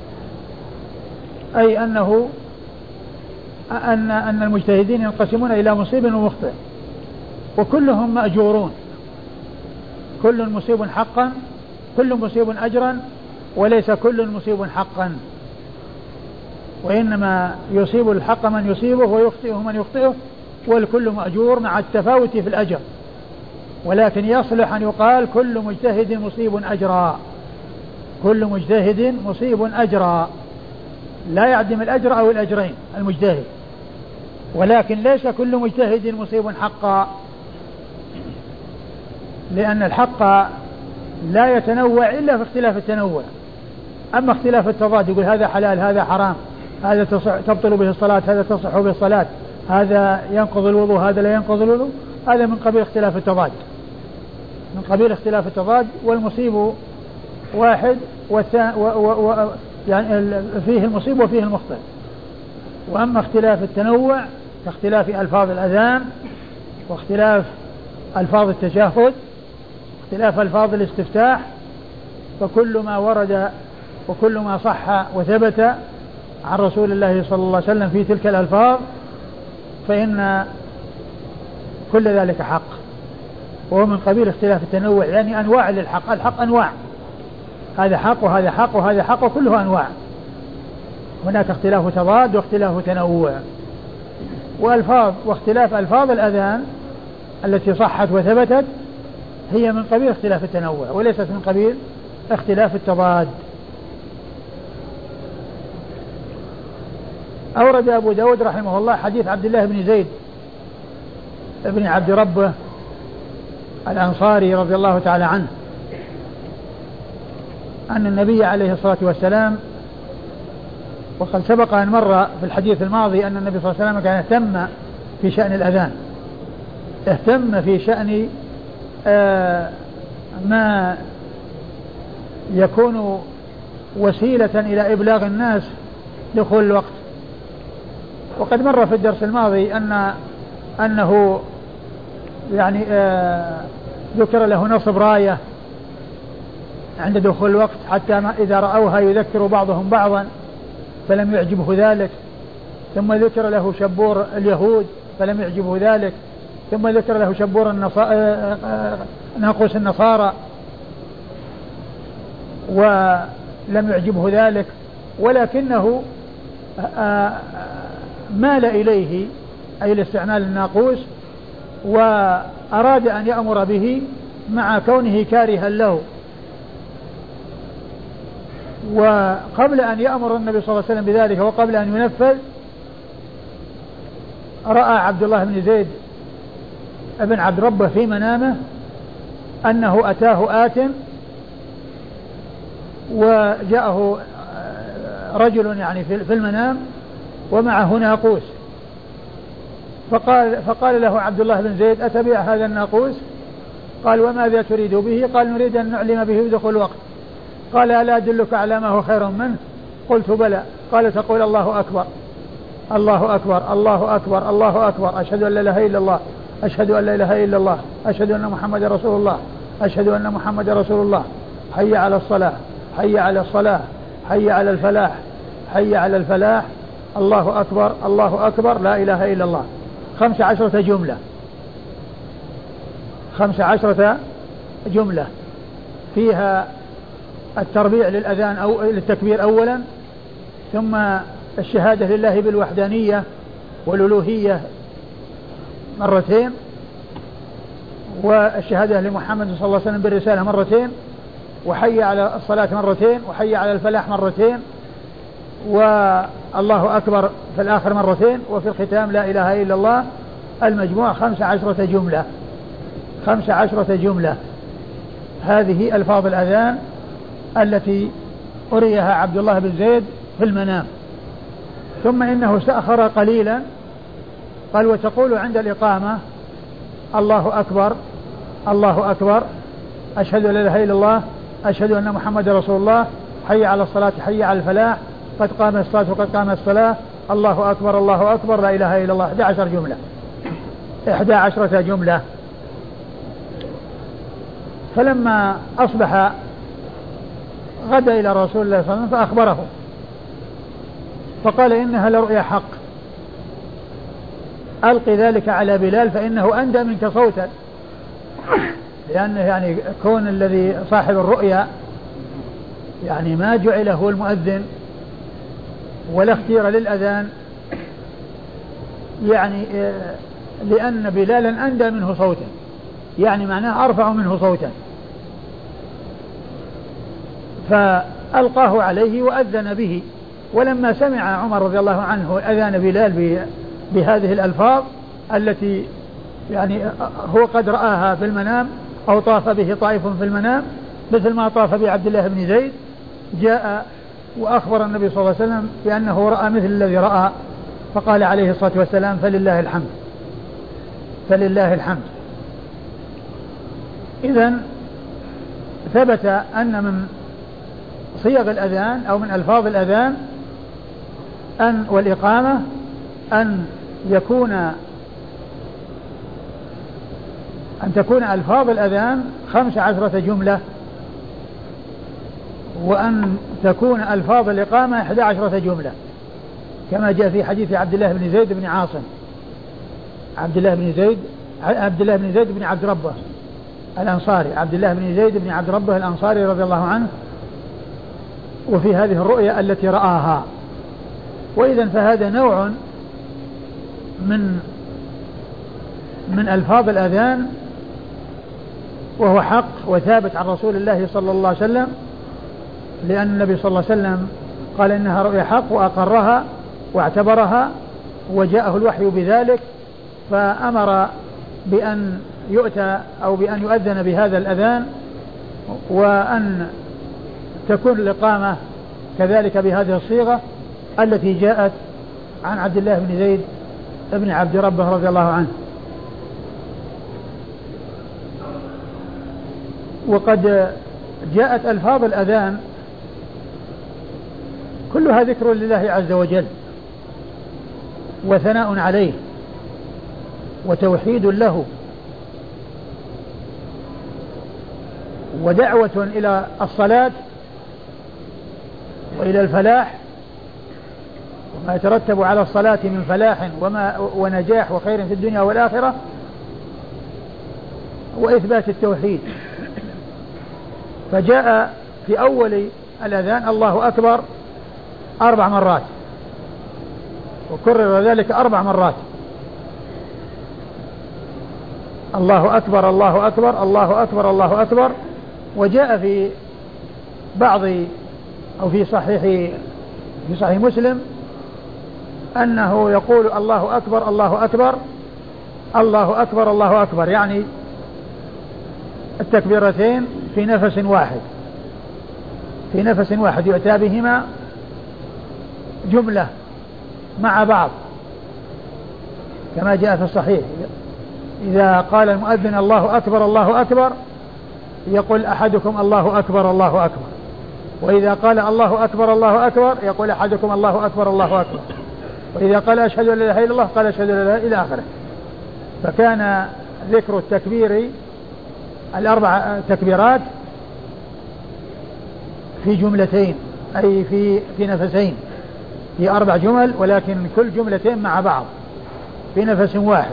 أي أنه أن, أن المجتهدين ينقسمون إلى مصيب ومخطئ، وكلهم مأجورون، كل مصيب حقا، كل مصيب أجرا، وليس كل مصيب حقا، وإنما يصيب الحق من يصيبه ويخطئه من يخطئه، والكل مأجور مع التفاوت في الأجر. ولكن يصلح أن يقال كل مجتهد مصيب أجرا، كل مجتهد مصيب أجرا، لا يعدم الأجر أو الأجرين المجتهد، ولكن ليس كل مجتهد مصيب حقا، لأن الحق لا يتنوع إلا في اختلاف التنوع. أما اختلاف التضاد يقول هذا حلال هذا حرام، هذا تبطل به الصلاة هذا تصح به الصلاة، هذا ينقض الوضوء هذا لا ينقض الوضوء، هذا من قبيل اختلاف التضاد. من قبيل اختلاف التضاد، والمصيب واحد والثاني و و و يعني فيه المصيب وفيه المخطئ. وأما اختلاف التنوع كاختلاف ألفاظ الأذان واختلاف ألفاظ التشهد واختلاف ألفاظ الاستفتاح، فكل ما ورد وكل ما صح وثبت عن رسول الله صلى الله عليه وسلم في تلك الألفاظ فإن كل ذلك حق، وهو من قبيل اختلاف التنوع، يعني أنواع للحق. الحق أنواع، هذا حق وهذا حق وهذا حق وكله أنواع. هناك اختلاف تضاد واختلاف تنوع. وألفاظ واختلاف ألفاظ الأذان التي صحت وثبتت هي من قبيل اختلاف التنوع وليست من قبيل اختلاف التضاد. أورد أبو داود رحمه الله حديث عبد الله بن زيد ابن عبد ربه الأنصاري رضي الله تعالى عنه أن النبي عليه الصلاة والسلام، وقد سبق أن مر في الحديث الماضي أن النبي صلى الله عليه وسلم كان اهتم في شأن الأذان، اهتم في شأن آه ما يكون وسيلة إلى إبلاغ الناس دخول الوقت. وقد مر في الدرس الماضي أن أنه يعني آه ذكر له نصب راية عند دخول الوقت حتى ما إذا رأوها يذكر بعضهم بعضا فلم يعجبه ذلك، ثم ذكر له شبور اليهود فلم يعجبه ذلك، ثم ذكر له شبور ناقوس النصارى ولم يعجبه ذلك، ولكنه مال إليه أي الاستعمال الناقوس وأراد أن يأمر به مع كونه كارها له. وقبل أن يأمر النبي صلى الله عليه وسلم بذلك وقبل أن ينفذ رأى عبد الله بن زيد ابن عبد ربه في منامه أنه أتاه آت وجاءه رجل يعني في المنام ومعه ناقوس، فقال, فقال له عبد الله بن زيد أتبع هذا الناقوس؟ قال وماذا تريد به؟ قال نريد أن نعلم به بدخول الوقت. قال ألا أدلك على ما هو خير منه؟ قلت بلى. قال تقول الله أكبر الله أكبر الله أكبر الله أكبر أشهد أن لا إله إلا الله أشهد أن لا إله إلا الله أشهد أن محمد رسول الله أشهد أن محمد رسول الله حي على الصلاة حي على الصلاة حي على الفلاح حي على الفلاح الله أكبر الله أكبر لا إله إلا الله. خمس عشرة جملة خمس عشرة جملة فيها التربيع للأذان أو للتكبير أولا، ثم الشهادة لله بالوحدانية والألوهية مرتين، والشهادة لمحمد صلى الله عليه وسلم بالرسالة مرتين، وحي على الصلاة مرتين، وحي على الفلاح مرتين، والله أكبر في الآخر مرتين، وفي الختام لا إله إلا الله. المجموع خمس عشرة جملة خمس عشرة جملة. هذه ألفاظ الأذان التي أريها عبد الله بن زيد في المنام. ثم إنه استأخر قليلا، قال وتقول عند الإقامة الله أكبر الله أكبر أشهد أن لا إله إلا الله أشهد أن محمد رسول الله حي على الصلاة حي على الفلاح قد قامت الصلاة وقد قامت الصلاة الله أكبر الله أكبر لا إله إلا الله. إحدى عشر جملة إحدى عشرة جملة. فلما أصبح غدا إلى رسول الله صلى الله عليه وسلم فأخبره فقال إنها لرؤيا حق، ألقي ذلك على بلال فإنه أندى منك صوتا، لأنه يعني كون الذي صاحب الرؤيا يعني ما جعل هو المؤذن ولا اختير للأذان، يعني لأن بلالا أندى منه صوتا، يعني معناه أرفع منه صوتا، فألقاه عليه وأذن به. ولما سمع عمر رضي الله عنه أذان بلال بهذه الألفاظ التي يعني هو قد رآها في المنام أو طاف به طائف في المنام مثل ما طاف بعبد الله بن زيد، جاء وأخبر النبي صلى الله عليه وسلم بأنه رأى مثل الذي رأى، فقال عليه الصلاة والسلام فلله الحمد فلله الحمد. إذن ثبت أن من صيغ الأذان أو من ألفاظ الأذان أن والإقامة أن يكون أن تكون ألفاظ الأذان خمس عشرة جملة، وأن تكون ألفاظ الإقامة إحدى عشرة جملة، كما جاء في حديث عبد الله بن زيد بن عاصم عبد الله بن زيد عبد الله بن زيد بن عبد ربه الأنصاري عبد الله بن زيد بن عبد ربه الأنصاري رضي الله عنه، وفي هذه الرؤيا التي رآها. وإذا فهذا نوع من من ألفاظ الأذان، وهو حق وثابت عن رسول الله صلى الله عليه وسلم، لأن النبي صلى الله عليه وسلم قال إنها رؤيا حق وأقرها واعتبرها، وجاءه الوحي بذلك، فأمر بأن يؤتى أو بأن يؤذن بهذا الأذان، وأن تكون الإقامة كذلك بهذه الصيغة التي جاءت عن عبد الله بن زيد بن عبد ربه رضي الله عنه. وقد جاءت ألفاظ الأذان كلها ذكر لله عز وجل وثناء عليه وتوحيد له ودعوة إلى الصلاة وإلى الفلاح وما يترتب على الصلاة من فلاح وما ونجاح وخير في الدنيا والآخرة، وإثبات التوحيد. فجاء في أول الأذان الله أكبر أربع مرات، وكرر ذلك أربع مرات، الله أكبر الله أكبر الله أكبر الله أكبر. وجاء في بعض أو في صحيح في صحيح مسلم أنه يقول الله أكبر الله أكبر الله أكبر الله أكبر، يعني التكبيرتين في نفس واحد في نفس واحد يؤتى بهما جملة مع بعض، كما جاء في الصحيح إذا قال المؤذن الله أكبر الله أكبر يقول أحدكم الله أكبر الله أكبر، وإذا قال الله أكبر الله أكبر يقول أحدكم الله أكبر الله أكبر، وإذا قال أشهد أن لا إله إلا الله قال أشهد أن لا إله إلى آخره. فكان ذكر التكبير الأربع تكبيرات في جملتين، أي في في نفسين، في أربع جمل، ولكن كل جملتين مع بعض في نفس واحد.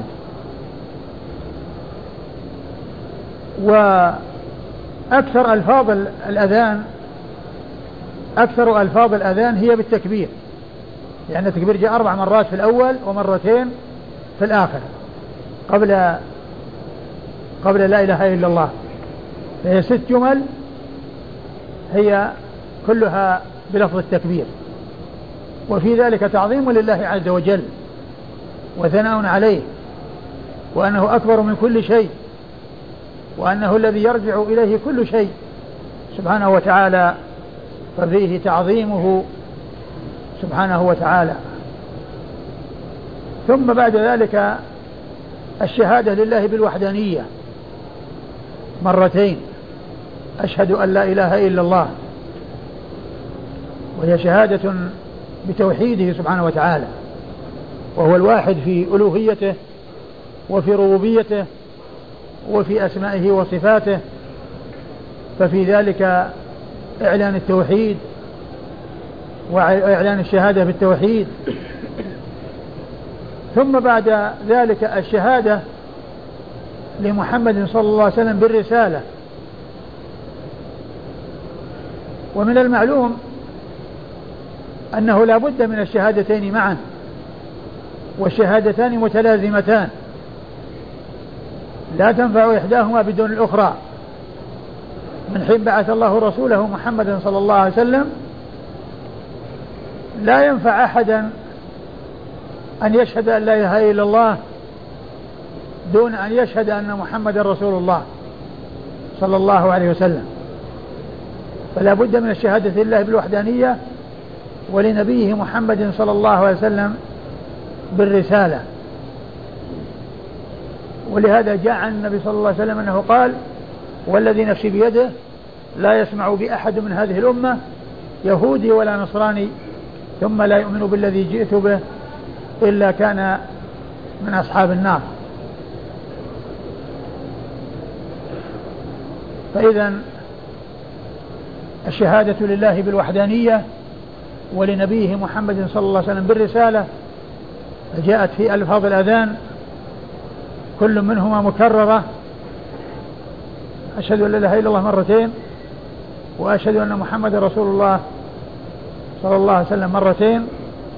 وأكثر ألفاظ الأذان أكثر ألفاظ الأذان هي بالتكبير، لأن يعني التكبير جاء أربع مرات في الأول ومرتين في الآخر قبل قبل لا إله إلا الله، فهي ست جمل هي كلها بلفظ التكبير. وفي ذلك تعظيم لله عز وجل وثناء عليه، وأنه أكبر من كل شيء، وأنه الذي يرجع إليه كل شيء سبحانه وتعالى، ففيه تعظيمه سبحانه وتعالى. ثم بعد ذلك الشهادة لله بالوحدانية مرتين، أشهد أن لا إله إلا الله، وهي شهادة بتوحيده سبحانه وتعالى، وهو الواحد في ألوهيته وفي ربوبيته وفي أسمائه وصفاته، ففي ذلك إعلان التوحيد وإعلان الشهادة بالتوحيد. ثم بعد ذلك الشهادة لمحمد صلى الله عليه وسلم بالرسالة. ومن المعلوم أنه لا بد من الشهادتين معا، والشهادتان متلازمتان لا تنفع إحداهما بدون الأخرى. من حين بعث الله رسوله محمد صلى الله عليه وسلم لا ينفع أحدا أن يشهد أن لا إله إلا الله دون أن يشهد أن محمد رسول الله صلى الله عليه وسلم، فلا بد من الشهادة لله بالوحدانية ولنبيه محمد صلى الله عليه وسلم بالرسالة. ولهذا جاء عن النبي صلى الله عليه وسلم أنه قال والذي نفسي بيده لا يسمع بأحد من هذه الأمة يهودي ولا نصراني ثم لا يؤمن بالذي جئت به إلا كان من أصحاب النار. فإذا الشهادة لله بالوحدانية ولنبيه محمد صلى الله عليه وسلم بالرسالة جاءت في ألفاظ الأذان كل منهما مكررة: أشهد أن لا إله إلا الله مرتين، وأشهد أن محمد رسول الله صلى الله عليه وسلم مرتين.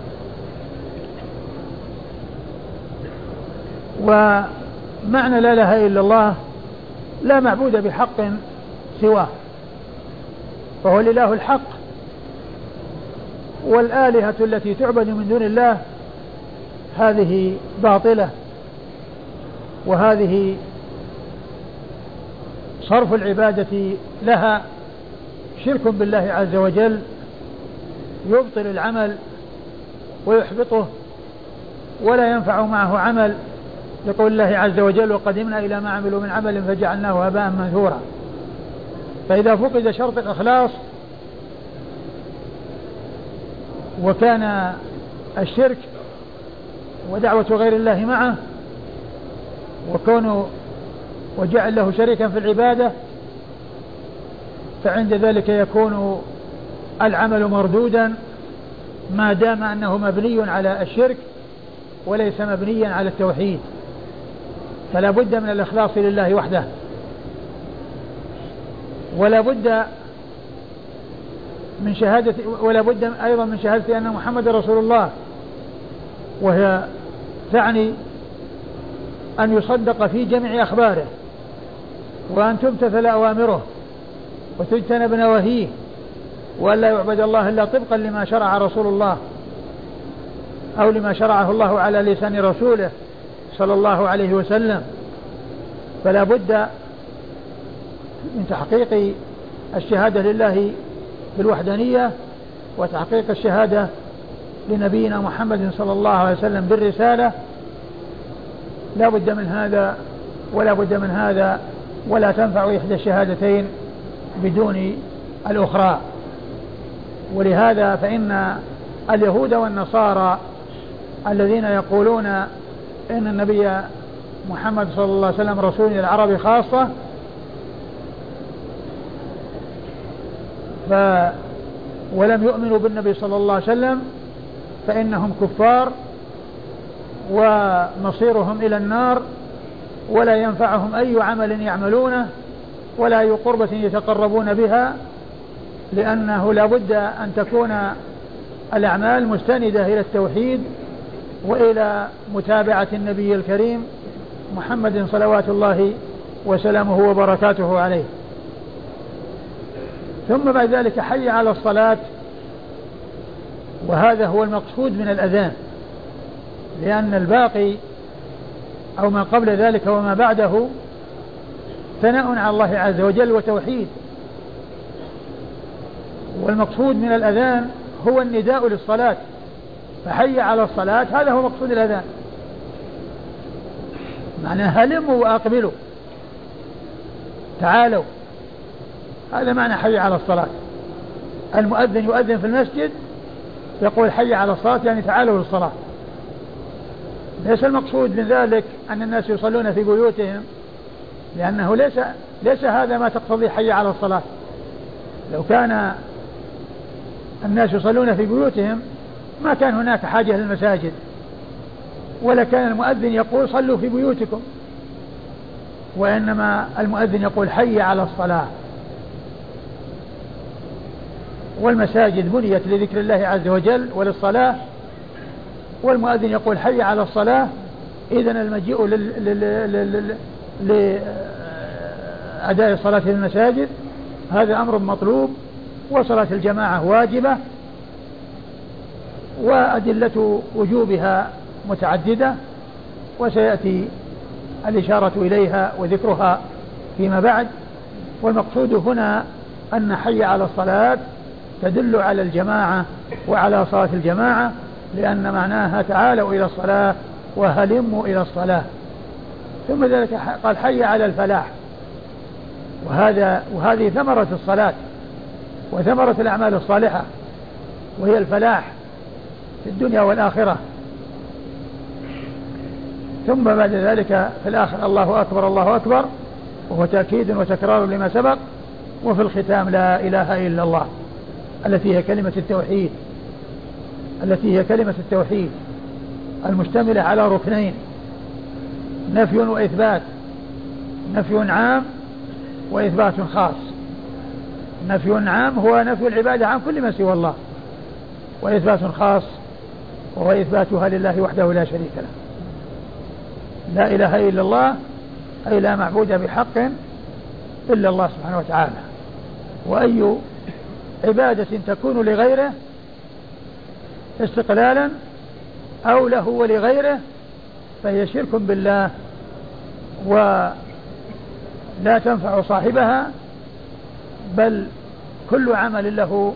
ومعنى لا إله إلا الله لا معبود بحق سواه، فهو الإله الحق، والآلهة التي تعبد من دون الله هذه باطلة، وهذه صرف العبادة لها شرك بالله عز وجل يبطل العمل ويحبطه ولا ينفع معه عمل، لقول الله عز وجل: وقدمنا إلى ما عملوا من عمل فجعلناه هباء منثورا. فإذا فقد شرط الإخلاص وكان الشرك ودعوة غير الله معه وكونه وجعل له شريكا في العبادة، فعند ذلك يكون العمل مردودا ما دام أنه مبني على الشرك وليس مبنيا على التوحيد. فلا بد من الإخلاص لله وحده، ولا بد من شهادة ولا بد أيضا من شهادة أن محمد رسول الله، وهي تعني أن يصدق في جميع أخباره، وأن تمتثل أوامره وتجتنب نواهيه، وأن لا يعبد الله إلا طبقا لما شرع رسول الله أو لما شرعه الله على لسان رسوله صلى الله عليه وسلم. فلا بد من تحقيق الشهادة لله بالوحدانية وتحقيق الشهادة لنبينا محمد صلى الله عليه وسلم بالرسالة. لا بد من هذا ولا بد من هذا، ولا تنفع إحدى الشهادتين بدون الأخرى. ولهذا فإن اليهود والنصارى الذين يقولون إن النبي محمد صلى الله عليه وسلم رسول العرب خاصة ف ولم يؤمنوا بالنبي صلى الله عليه وسلم فإنهم كفار ومصيرهم إلى النار، ولا ينفعهم أي عمل يعملونه ولا أي قربة يتقربون بها، لأنه لا بد أن تكون الأعمال مستندة إلى التوحيد وإلى متابعة النبي الكريم محمد صلوات الله وسلامه وبركاته عليه. ثم بعد ذلك حي على الصلاة، وهذا هو المقصود من الأذان، لأن الباقي أو ما قبل ذلك وما بعده ثناء على الله عز وجل وتوحيد. والمقصود من الأذان هو النداء للصلاة، فحي على الصلاة هذا هو مقصود الأذان، معناه هلموا وأقبلوا، تعالوا، هذا معنى حي على الصلاة. المؤذن يؤذن في المسجد يقول حي على الصلاة، يعني تعالوا للصلاة. ليس المقصود من ذلك أن الناس يصلون في بيوتهم، لأنه ليس ليس هذا ما تقتضي حي على الصلاة. لو كان الناس يصلون في بيوتهم ما كان هناك حاجة للمساجد، ولا كان المؤذن يقول صلوا في بيوتكم، وإنما المؤذن يقول حي على الصلاة. والمساجد بنيت لذكر الله عز وجل وللصلاة، والمؤذن يقول حي على الصلاة. إذن المجيء لأداء الصلاة في المساجد هذا أمر مطلوب، وصلاة الجماعة واجبة، وأدلة وجوبها متعددة، وسيأتي الإشارة إليها وذكرها فيما بعد. والمقصود هنا أن حي على الصلاة تدل على الجماعة وعلى صلاة الجماعة، لأن معناها تعالوا إلى الصلاة وهلموا إلى الصلاة. ثم ذلك قال حي على الفلاح، وهذا وهذه ثمرة الصلاة وثمرة الأعمال الصالحة، وهي الفلاح في الدنيا والآخرة. ثم بعد ذلك في الآخر الله أكبر الله أكبر، وهو تأكيد وتكرار لما سبق. وفي الختام لا إله إلا الله التي هي كلمة التوحيد التي هي كلمة التوحيد المشتملة على ركنين: نفي وإثبات، نفي عام وإثبات خاص. نفي عام هو نفي العبادة عن كل ما سوى الله، وإثبات خاص وهو إثباتها لله وحده لا شريك له. لا إله إلا الله أي لا معبود بحق إلا الله سبحانه وتعالى، وأي عبادة تكون لغيره استقلالا أو له ولغيره فهي شرك بالله ولا تنفع صاحبها، بل كل عمل له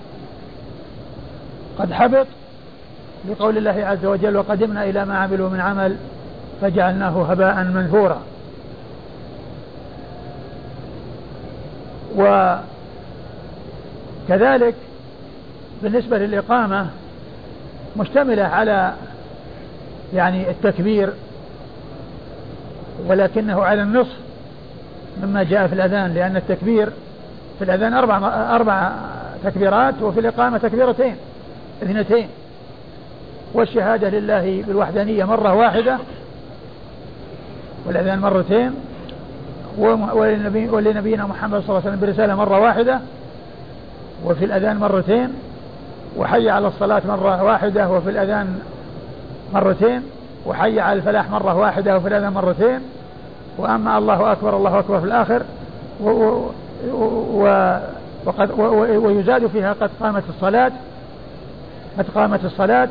قد حبط، لقول الله عز وجل: وقدمنا إلى ما عملوا من عمل فجعلناه هباء منثورا. وكذلك بالنسبة للإقامة مشتملة على يعني التكبير، ولكنه على النصف مما جاء في الأذان، لأن التكبير في الأذان أربع, أربع تكبيرات، وفي الإقامة تكبيرتين اثنتين، والشهادة لله بالوحدانية مرة واحدة، والأذان مرتين، ولنبينا محمد صلى الله عليه وسلم برسالة مرة واحدة، وفي الأذان مرتين، وحي على الصلاة مرة واحدة وفي الأذان مرتين، وحي على الفلاح مرة واحدة وفي الأذان مرتين. وأما الله أكبر الله أكبر في الآخر و و وقد ويزاد فيها قد قامت الصلاة قد قامت الصلاة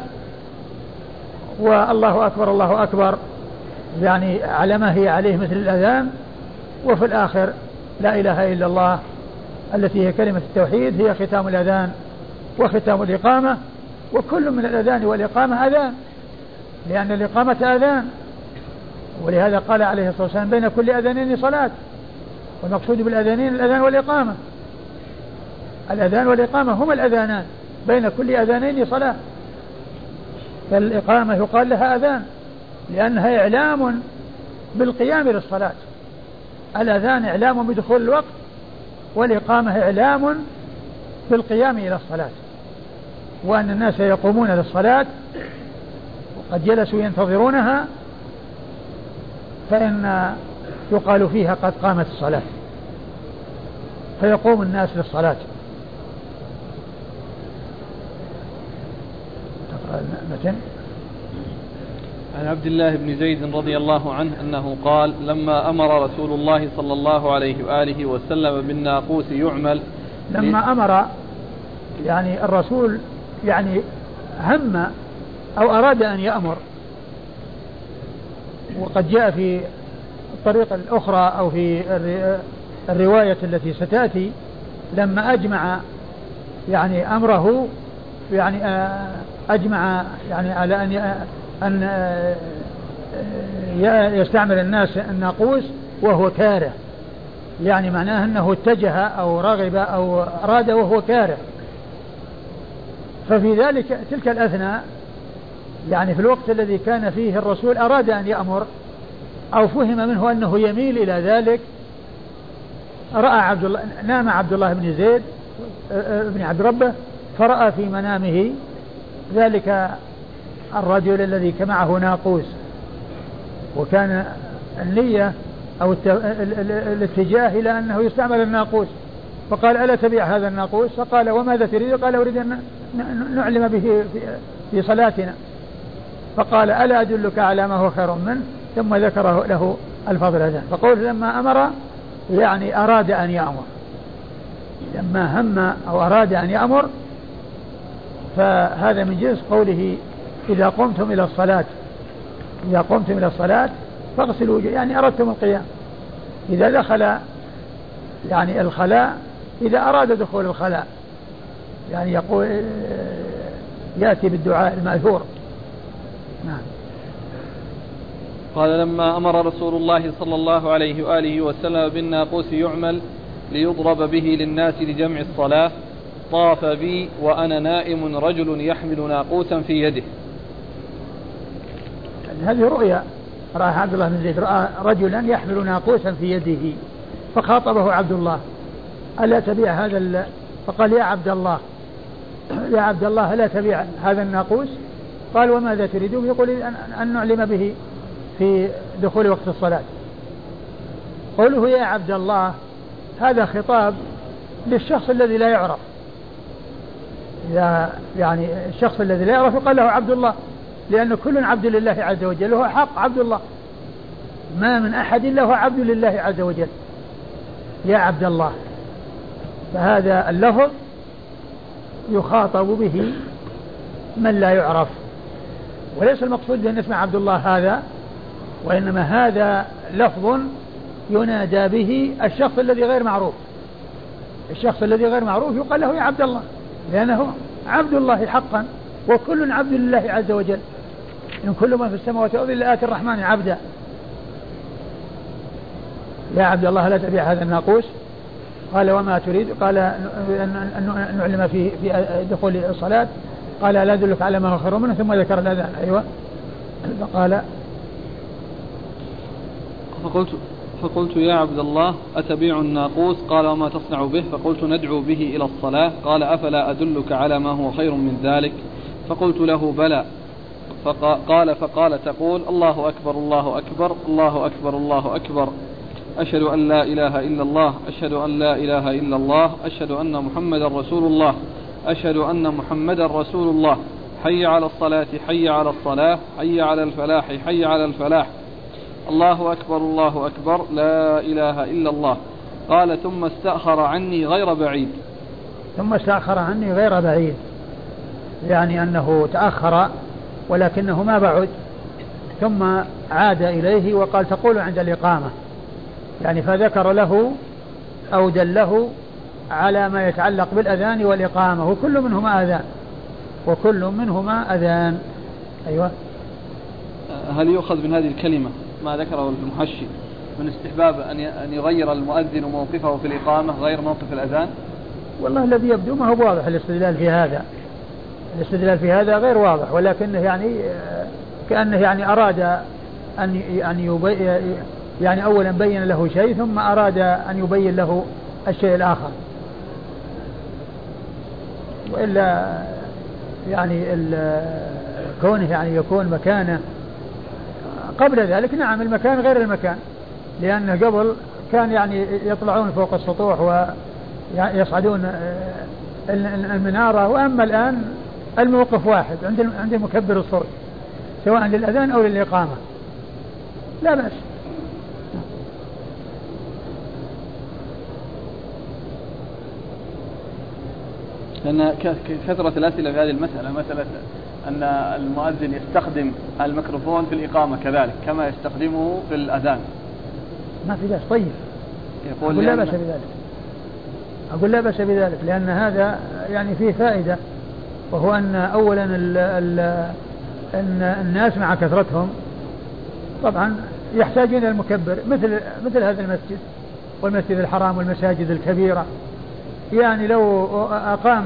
والله أكبر الله أكبر يعني على ما هي عليه مثل الأذان. وفي الآخر لا إله إلا الله التي هي كلمة التوحيد، هي ختام الأذان وختام الإقامة. وكل من الأذان والإقامة أذان، لأن الإقامة أذان، ولهذا قال عليه الصلاة والسلام: بين كل أذانين صلاة. والمقصود بالأذانين الأذان والإقامة، الأذان والإقامة هما الأذانان، بين كل أذانين صلاة. فالإقامة يقال لها أذان لأنها إعلام بالقيام للصلاة. الأذان إعلام بدخول الوقت، والإقامة إعلام بالقيام إلى الصلاة، وأن الناس يقومون للصلاة وقد جلسوا ينتظرونها، فإن يقال فيها قد قامت الصلاة، فيقوم الناس للصلاة. عن عبد الله بن زيد رضي الله عنه أنه قال: لما أمر رسول الله صلى الله عليه وآله وسلم بالناقوس يعمل، لما أمر يعني الرسول يعني هم أو أراد أن يأمر، وقد جاء في الطريقة الأخرى أو في الرواية التي ستأتي لما أجمع يعني أمره، يعني أجمع يعني على أن أن يستعمل الناس الناقوس وهو كاره، يعني معناه أنه اتجه أو رغب أو أراد وهو كاره. ففي ذلك تلك الأثناء يعني في الوقت الذي كان فيه الرسول أراد أن يأمر أو فهم منه أنه يميل إلى ذلك، رأى عبد الله نام عبد الله بن زيد بن عبد ربه، فرأى في منامه ذلك الرجل الذي معه ناقوس، وكان النية أو الاتجاه إلى أنه يستعمل الناقوس، فقال: ألا تبيع هذا الناقوس؟ فقال: وماذا تريد؟ قال: أريد أن نعلم به في صلاتنا. فقال: ألا أدلك على ما هو خير منه؟ ثم ذكره له الفضل هذا. فقول لما أمر يعني أراد أن يأمر، لما هم أو أراد أن يأمر، فهذا من جنس قوله: إذا قمتم إلى الصلاة إذا قمتم إلى الصلاة فاغسلوا، يعني أردتم القيام. إذا دخل يعني الخلاء، إذا أراد دخول الخلاء يعني يقول يأتي بالدعاء المأثور. نعم. قال: لما أمر رسول الله صلى الله عليه وآله وسلم بالناقوس يعمل ليضرب به للناس لجمع الصلاة، طاف بي وأنا نائم رجل يحمل ناقوسا في يده. هذه رؤيا رأى عبد الله بن زيد، رأى رجلا يحمل ناقوسا في يده فخاطبه عبد الله ألا تبيع هذا ال... فقال يا عبد الله يا عبد الله ألا تبيع هذا الناقوس؟ قال وماذا تريدون؟ يقول أن, أن نعلم به في دخول وقت الصلاة. قوله يا عبد الله هذا خطاب للشخص الذي لا يعرف، يعني الشخص الذي لا يعرف قال له عبد الله، لأن كل عبد لله عز وجل، هو حق عبد الله، ما من أحد إلا هو عبد لله عز وجل. يا عبد الله، فهذا اللفظ يخاطب به من لا يعرف، وليس المقصود بأن اسم عبد الله هذا، وإنما هذا لفظ ينادى به الشخص الذي غير معروف. الشخص الذي غير معروف يقال له يا عبد الله، لأنه عبد الله حقا، وكل عبد لله عز وجل، إن كل ما في السماوات والأرض إلا آتي الرحمن عبدا. يا عبد الله لا تبيع هذا الناقوس؟ قال وما تريد؟ قال أن نعلم في في دخول الصلاة. قال لا أدلك على ما هو خير منه؟ ثم ذكر الأذان. أيوة. فقال فقلت فقلت يا عبد الله أتبيع الناقوس؟ قال وما تصنع به؟ فقلت ندعو به إلى الصلاة. قال أفلا أدلك على ما هو خير من ذلك؟ فقلت له بلى. فقال فقال تقول الله أكبر الله أكبر الله أكبر الله أكبر، أشهد أن لا إله إلا الله، أشهد أن لا إله إلا الله، أشهد أن محمدا رسول الله، أشهد أن محمدا رسول الله، حي على الصلاة حي على الصلاة، حي على الفلاح حي على الفلاح، الله أكبر الله أكبر، لا إله إلا الله. قال ثم استأخر عني غير بعيد. ثم استأخر عني غير بعيد، يعني أنه تأخر ولكنه ما بعد، ثم عاد إليه وقال تقول عند الإقامة، يعني فذكر له أو دله على ما يتعلق بالأذان والإقامة، وكل منهما أذان وكل منهما أذان. أيوة. هل يؤخذ من هذه الكلمة ما ذكره المحشي من استحباب أن يغير المؤذن موقفه في الإقامة غير موقف الأذان؟ والله الذي يبدو ما هو واضح الاستدلال في هذا، الاستدلال في هذا غير واضح، ولكنه يعني كأنه يعني أراد أن يعني يبي يعني أولا بين له شيء ثم أراد أن يبين له الشيء الآخر، وإلا يعني كونه يعني يكون مكانه قبل ذلك، نعم المكان غير المكان، لأنه قبل كان يعني يطلعون فوق السطوح ويصعدون المنارة، وأما الآن الموقف واحد عند عند مكبر الصوت سواء للأذان أو للإقامة، لا بأس. لأن كثرة الأسئلة في هذه المسألة، مسألة أن المؤذن يستخدم الميكروفون في الإقامة كذلك كما يستخدمه في الأذان. ما في بأس. طيب أقول لا بأس بذلك، أقول لا بأس بذلك، لأن هذا يعني فيه فائدة، وهو أن أولا ال ال أن الناس مع كثرتهم طبعا يحتاجون إلى المكبر، مثل مثل هذا المسجد والمسجد الحرام والمساجد الكبيرة، يعني لو أقام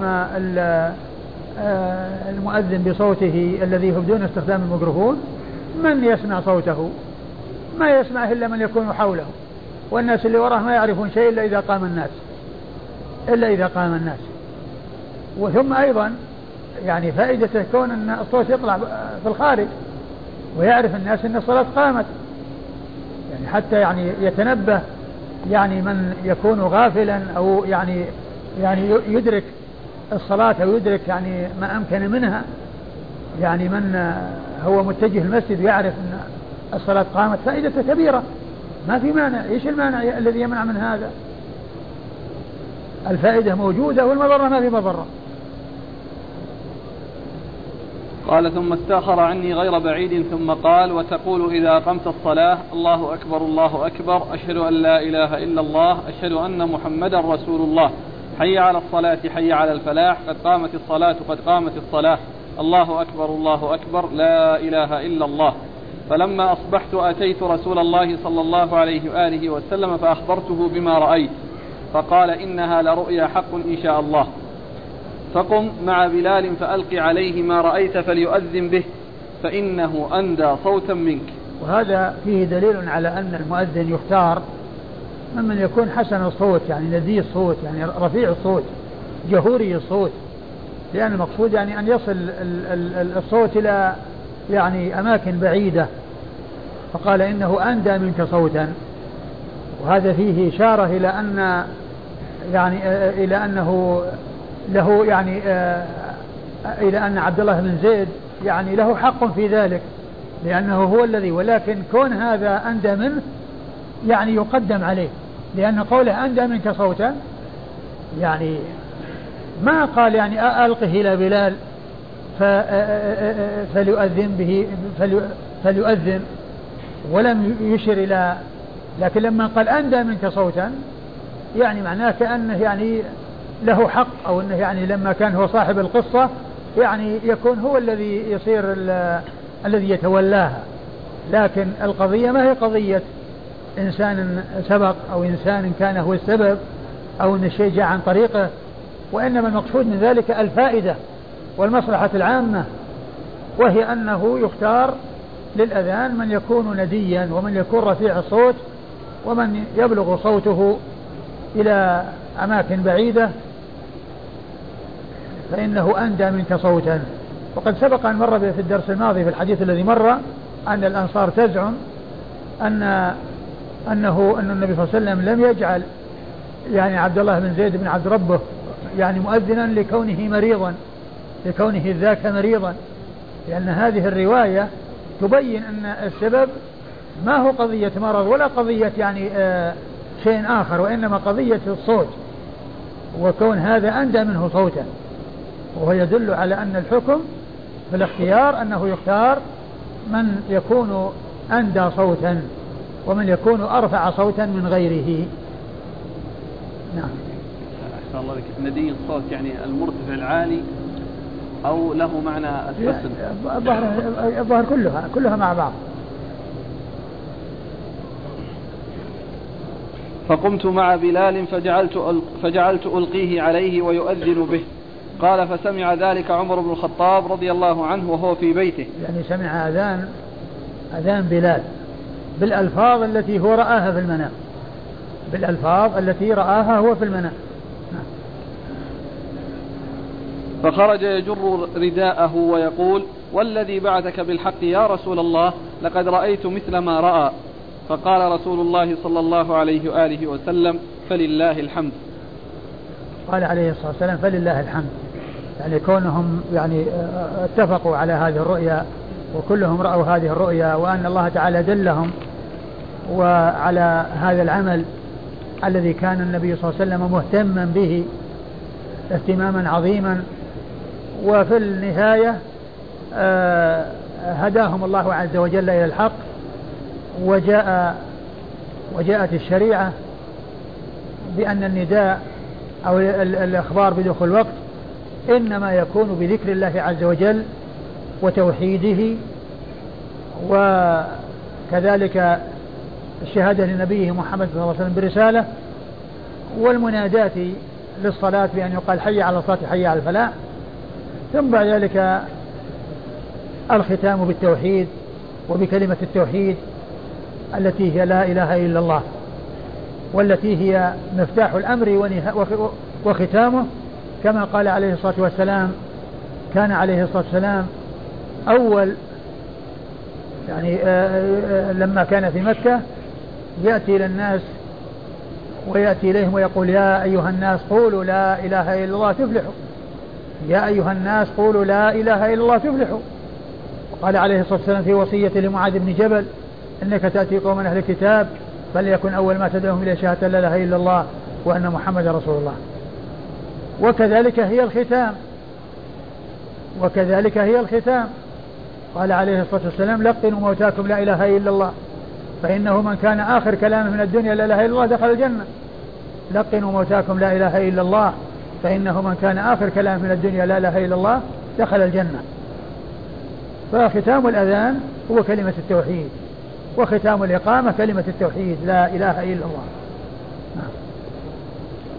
المؤذن بصوته الذي هو بدون استخدام الميكروفون، من يسمع صوته؟ ما يسمعه إلا من يكون حوله، والناس اللي وراه ما يعرفون شيء إلا إذا قام الناس إلا إذا قام الناس. وثم أيضا يعني فائدة كون أن الصوت يطلع في الخارج ويعرف الناس أن الصلاة قامت، يعني حتى يعني يتنبه يعني من يكون غافلا أو يعني يعني يدرك الصلاة أو يدرك يعني ما أمكن منها، يعني من هو متجه المسجد ويعرف أن الصلاة قامت، فائدة كبيرة، ما في مانع. إيش المانع الذي يمنع من هذا؟ الفائدة موجودة والمضرة ما في مضرة. قال ثم استأخر عني غير بعيد ثم قال وتقول إذا قمت الصلاة الله أكبر الله أكبر، أشهد أن لا إله إلا الله، أشهد أن محمدا رسول الله، حي على الصلاة حي على الفلاح، قد قامت الصلاة قد قامت الصلاة، الله أكبر الله أكبر، لا إله إلا الله. فلما أصبحت أتيت رسول الله صلى الله عليه وآله وسلم فأخبرته بما رأيت، فقال إنها لرؤيا حق إن شاء الله. فقم مع بلال فألق عليه ما رأيت فليؤذن به فإنه أندى صوتا منك. وهذا فيه دليل على أن المؤذن يختار ممن يكون حسن الصوت، يعني ندي الصوت، يعني رفيع الصوت، جهوري الصوت، لأن المقصود يعني أن يصل الصوت إلى يعني أماكن بعيدة. فقال إنه أندى منك صوتا، وهذا فيه إشارة إلى أن يعني إلى أنه له يعني إلى أن عبد الله بن زيد يعني له حق في ذلك، لأنه هو الذي، ولكن كون هذا أندى منه يعني يقدم عليه، لأن قوله أندى منك صوتا يعني ما قال يعني ألقه إلى بلال فليؤذن به فليؤذن ولم يشر إلى، لكن لما قال أندى منك صوتا يعني معناه كأنه يعني له حق، أو أنه يعني لما كان هو صاحب القصة يعني يكون هو الذي يصير الذي يتولاها. لكن القضية ما هي قضية إنسان سبق أو إنسان كان هو السبب أو أن الشيء جاء عن طريقه، وإنما المقصود من ذلك الفائدة والمصلحة العامة، وهي أنه يختار للأذان من يكون نديا ومن يكون رفيع الصوت ومن يبلغ صوته إلى أماكن بعيدة، فإنه أندى منك صوتا. وقد سبق أن مر في الدرس الماضي في الحديث الذي مر أن الأنصار تزعم أن أنه أن النبي صلى الله عليه وسلم لم يجعل يعني عبد الله بن زيد بن عبد ربه يعني مؤذنا لكونه مريضا، لكونه ذاك مريضا، لأن هذه الرواية تبين أن السبب ما هو قضية مرض ولا قضية يعني آه شيء آخر، وإنما قضية الصوت، وكون هذا أندى منه صوتا، وهو يدل على أن الحكم في الاختيار أنه يختار من يكون أندى صوتا ومن يكون أرفع صوتا من غيره. نعم. أحسن الله بك. ندي الصوت يعني المرتفع العالي أو له معنى الحسن؟ الظاهر كلها كلها مع بعض. فقمت مع بلال فجعلت فجعلت ألقيه عليه ويؤذن به. قال فسمع ذلك عمر بن الخطاب رضي الله عنه وهو في بيته. يعني سمع أذان أذان بلال بالألفاظ التي هو رآها في المنام، بالألفاظ التي رآها هو في المنام. فخرج يجر رداءه ويقول والذي بعثك بالحق يا رسول الله لقد رأيت مثل ما رأى. فقال رسول الله صلى الله عليه وآله وسلم فلله الحمد. قال عليه الصلاة والسلام فلله الحمد، يعني كونهم يعني اتفقوا على هذه الرؤيا وكلهم رأوا هذه الرؤيا، وأن الله تعالى دلهم وعلى هذا العمل الذي كان النبي صلى الله عليه وسلم مهتما به اهتماما عظيما، وفي النهاية هداهم الله عز وجل إلى الحق، وجاء وجاءت الشريعة بأن النداء أو الإخبار بدخول الوقت إنما يكون بذكر الله عز وجل وتوحيده، وكذلك الشهادة لنبيه محمد صلى الله عليه وسلم برسالة، والمنادات للصلاة بأن يقال حي على الصلاة حي على الفلاح، ثم بعد ذلك الختام بالتوحيد وبكلمة التوحيد التي هي لا إله إلا الله، والتي هي مفتاح الأمر وختامه، كما قال عليه الصلاة والسلام كان عليه الصلاة والسلام أول يعني آآ آآ لما كان في مكة يأتي إلى الناس ويأتي إليهم ويقول يا أيها الناس قولوا لا إله إلا الله تفلحوا، يا أيها الناس قولوا لا إله إلا الله تفلحوا. وقال عليه الصلاة والسلام في وصية لمعاذ بن جبل إنك تأتي قوما أهل الكتاب فليكن أول ما تدعوهم إلى شهادة لا إله إلا الله وأن محمد رسول الله. وكذلك هي الختام وكذلك هي الختام قال عليه الصلاة والسلام لقنوا موتاكم لا إله إلا الله فإنه من كان آخر كلامه من الدنيا لا إله إلا الله دخل الجنة. لقنوا موتاكم لا إله إلا الله فإنه من كان آخر كلامه من الدنيا لا إله إلا الله دخل الجنة. فختام الأذان هو كلمة التوحيد، وختام الإقامة كلمة التوحيد لا إله إلا الله.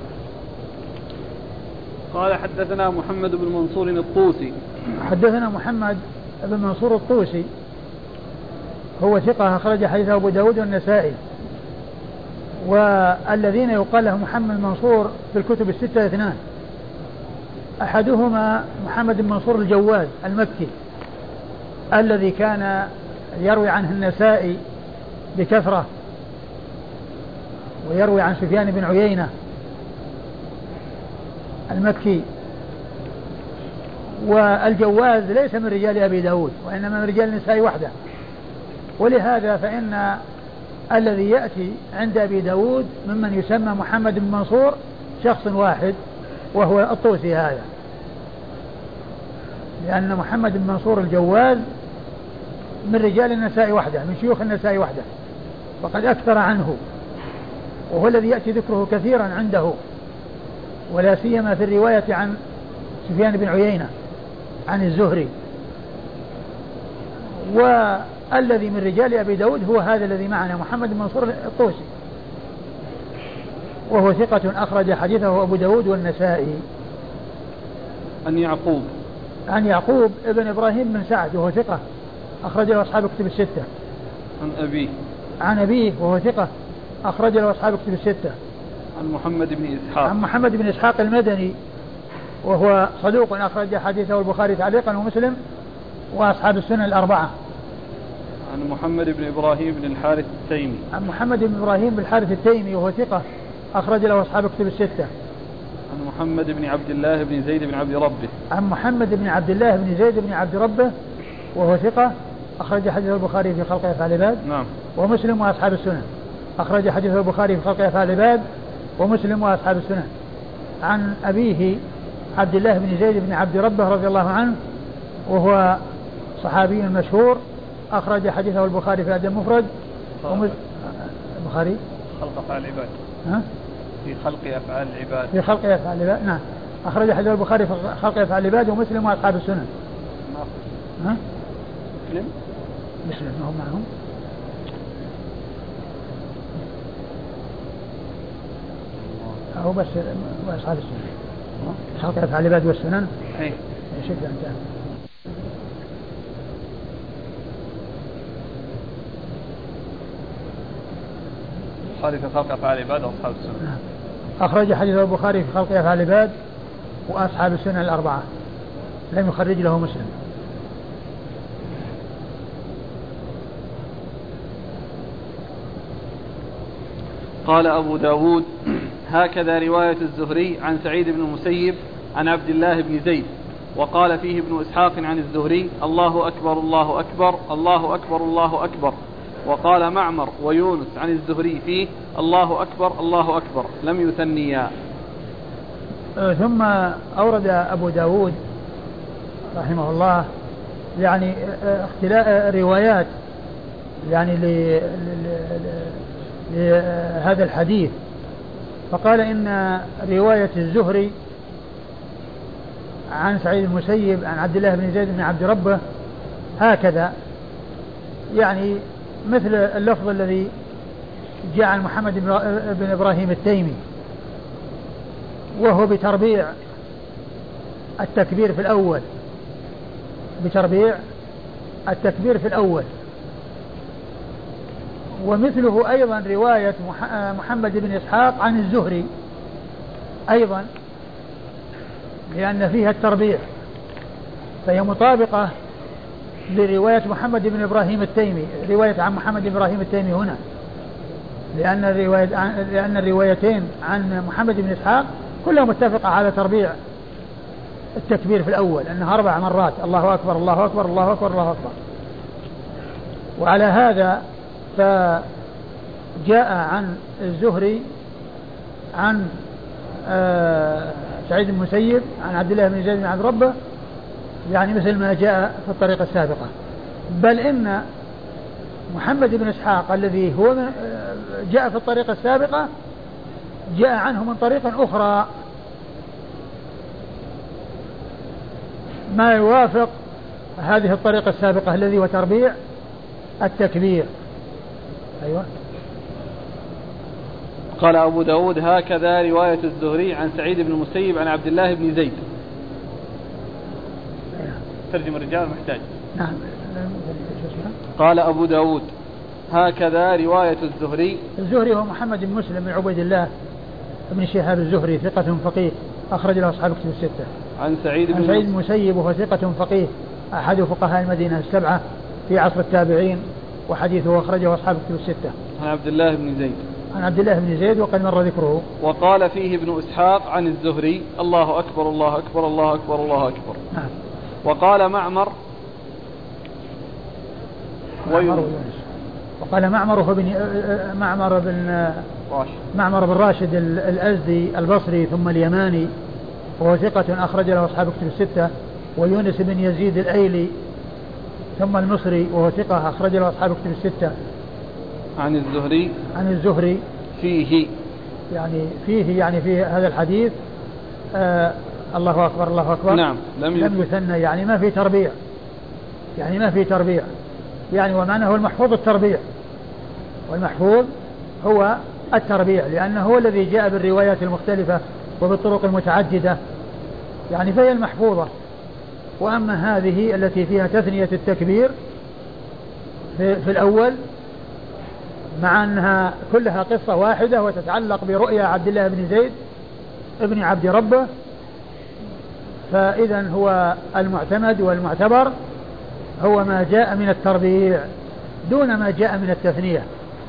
قال حدثنا محمد بن منصور الطوسي. حدثنا محمد بن منصور الطوسي هو ثقة أخرج حديثه أبو داود والنسائي. والذين يقال له محمد منصور في الكتب الستة اثنان، أحدهما محمد بن منصور الجواز المكي الذي كان يروي عنه النسائي بكثرة ويروي عن سفيان بن عيينة المكي. والجواز ليس من رجال أبي داود وإنما من رجال النسائي وحده، ولهذا فإن الذي يأتي عند أبي داود ممن يسمى محمد بن منصور شخص واحد وهو الطوسي هذا، لأن محمد بن منصور الجواز من رجال النسائي وحده، من شيوخ النسائي وحده، وقد أكثر عنه، وهو الذي يأتي ذكره كثيرا عنده، ولا سيما في الرواية عن سفيان بن عيينة عن الزهري. والذي من رجال أبي داود هو هذا الذي معنا محمد بن منصور الطوسي، وهو ثقة أخرج حديثه أبو داود والنسائي. عن يعقوب عن يعقوب ابن إبراهيم بن سعد وهو ثقة أخرج له أصحاب كتب الستة. عن أبيه عن أبيه وهو ثقة أخرج له أصحاب كتب الستة. عن محمد بن إسحاق عن محمد بن إسحاق المدني وهو صدوق أخرج حديثه البخاري تعليقا ومسلم وأصحاب السنن الأربعة. عن محمد بن إبراهيم بن الحارث التيمي عن محمد بن إبراهيم بن الحارث التيمي وهو ثقة أخرج له أصحاب كتب الستة. عن محمد بن عبد الله بن زيد بن عبد ربه عن محمد بن عبد الله بن زيد بن عبد ربه وهو ثقة أخرج حديث البخاري في خلق أفعال العباد نعم ومسلم وأصحاب السنن. أخرج حديث البخاري في خلق أفعال العباد ومسلم وأصحاب السنن. عن أبيه عبد الله بن زيد بن عبد ربه رضي الله عنه وهو صحابي مشهور أخرج حديثه البخاري في الأدب المفرد ومس... البخاري خلق أفعال العباد ها؟ في خلق أفعال العباد في خلق أفعال العباد نعم. أخرج حديث البخاري في خلق أفعال العباد ومسلم وأصحاب السنن. ها؟ مسلم مسلم ما هو معهم. هو بس وأصحاب السنن خلق أفعال العباد والسنن. أي شكرا أنت. البخاري في خلق أفعال العباد وأصحاب السنن. أخرج حديث البخاري في خلق أفعال العباد وأصحاب السنن الأربعة، لم يخرج له مسلم. قال أبو داود هكذا رواية الزهري عن سعيد بن المسيب عن عبد الله بن زيد. وقال فيه ابن إسحاق عن الزهري الله أكبر الله أكبر الله أكبر الله أكبر. وقال معمر ويونس عن الزهري فيه الله أكبر الله أكبر لم يثنيا. ثم أورد أبو داود رحمه الله يعني اختلاف روايات يعني لهذا الحديث، فقال إن رواية الزهري عن سعيد المسيب عن عبد الله بن زيد بن عبد ربه هكذا، يعني مثل اللفظ الذي جاء عن محمد بن إبراهيم التيمي وهو بتربيع التكبير في الأول، بتربيع التكبير في الأول. ومثله أيضا رواية محمد بن إسحاق عن الزهري أيضا لأن فيها التربيع، فهي مطابقة لرواية محمد بن إبراهيم التيمي، رواية عن محمد بن إبراهيم التيمي هنا، لأن الرواية لأن الروايتين عن محمد بن إسحاق كلها متفقة على تربيع التكبير في الأول أنها أربع مرات الله أكبر الله أكبر الله أكبر الله أكبر. وعلى هذا فجاء عن الزهري عن آه سعيد المسيب عن عبد الله بن زيد بن عبد ربه يعني مثل ما جاء في الطريقة السابقة، بل إن محمد بن إسحاق الذي هو جاء في الطريقة السابقة جاء عنه من طريق أخرى ما يوافق هذه الطريقة السابقة الذي هو تربيع التكبير. أيوة. قال أبو داود هكذا رواية الزهري عن سعيد بن المسيب عن عبد الله بن زيد. ترجم الرجال محتاج. نعم. قال أبو داود هكذا رواية الزهري. الزهري هو محمد بن مسلم بن عبيد الله بن شهاب الزهري ثقة فقيه أخرج له أصحاب كتب الستة. عن سعيد بن المسيب وهو ثقة فقيه أحد فقهاء المدينة السبعة في عصر التابعين وحديثه أخرجه أصحاب كتب الستة. عن عبد الله بن زيد. عن عبد الله بن زيد وقد مر ذكره. وقال فيه ابن إسحاق عن الزهري الله أكبر الله أكبر الله أكبر الله أكبر. نعم. وقال معمر ويونس. وقال معمر بن معمر بن راشد معمر بن راشد الأزدي البصري ثم اليماني وهو ثقة أخرج له أصحاب كتب الستة. ويونس بن يزيد الأيلي ثم المصري وهو ثقة أخرج له أصحاب كتب الستة. عن الزهري عن الزهري فيه يعني فيه يعني في هذا الحديث آه الله أكبر الله أكبر. نعم. لم, لم يثنى يعني ما في تربيع يعني ما في تربيع يعني ومعنى هو المحفوظ التربيع والمحفوظ هو التربيع لأنه هو الذي جاء بالروايات المختلفة وبالطرق المتعددة يعني فهي المحفوظة. وأما هذه التي فيها تثنية التكبير في, في الأول مع أنها كلها قصة واحدة وتتعلق برؤيا عبد الله بن زيد ابن عبد ربه فإذا هو المعتمد والمعتبر هو ما جاء من التربيع دون ما جاء من التثنية.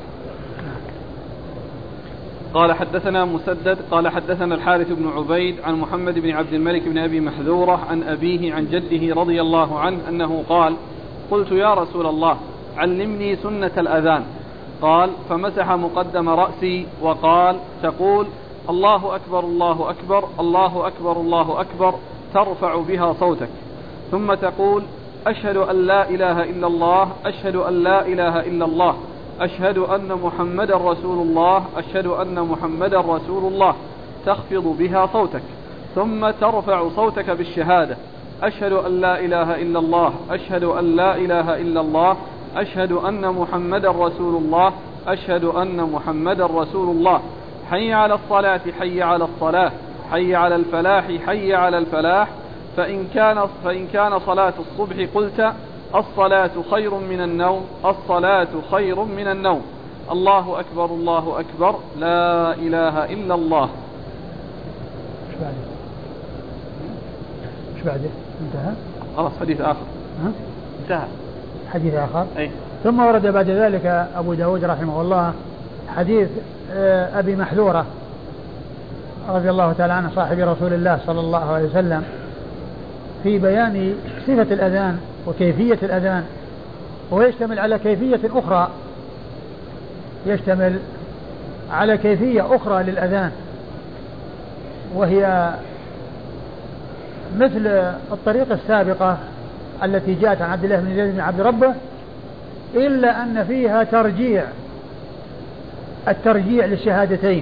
قال حدثنا مسدد قال حدثنا الحارث بن عبيد عن محمد بن عبد الملك بن أبي محذورة عن أبيه عن جده رضي الله عنه أنه قال قلت يا رسول الله علمني سنة الأذان قال فمسح مقدم رأسي وقال تقول الله أكبر الله أكبر الله أكبر الله أكبر ترفع بها صوتك ثم تقول أشهد أن لا إله إلا الله أشهد أن لا إله إلا الله أشهد أن محمدا رسول الله أشهد أن محمدا رسول الله تخفض بها صوتك ثم ترفع صوتك بالشهادة أشهد أن لا إله إلا الله أشهد أن لا إله إلا الله أشهد أن محمدا رسول الله أشهد أن محمدا رسول الله حي على الصلاة حي على الصلاة حي على الفلاح حي على الفلاح فإن كان, فإن كان صلاة الصبح قلت الصلاة خير من النوم الصلاة خير من النوم الله أكبر الله أكبر لا إله إلا الله. ايش بعده؟ ايش بعده؟ انتهى؟ خلاص حديث آخر. ها؟ انتهى حديث آخر. أي. ثم ورد بعد ذلك أبو داود رحمه الله حديث أبي محذورة رضي الله تعالى عنه صاحب رسول الله صلى الله عليه وسلم في بيان صفة الأذان وكيفية الأذان ويشتمل على كيفية أخرى يشتمل على كيفية أخرى للأذان وهي مثل الطريقة السابقة التي جاءت عن عبد الله بن زيد بن عبد ربه إلا أن فيها ترجيع الترجيع للشهادتين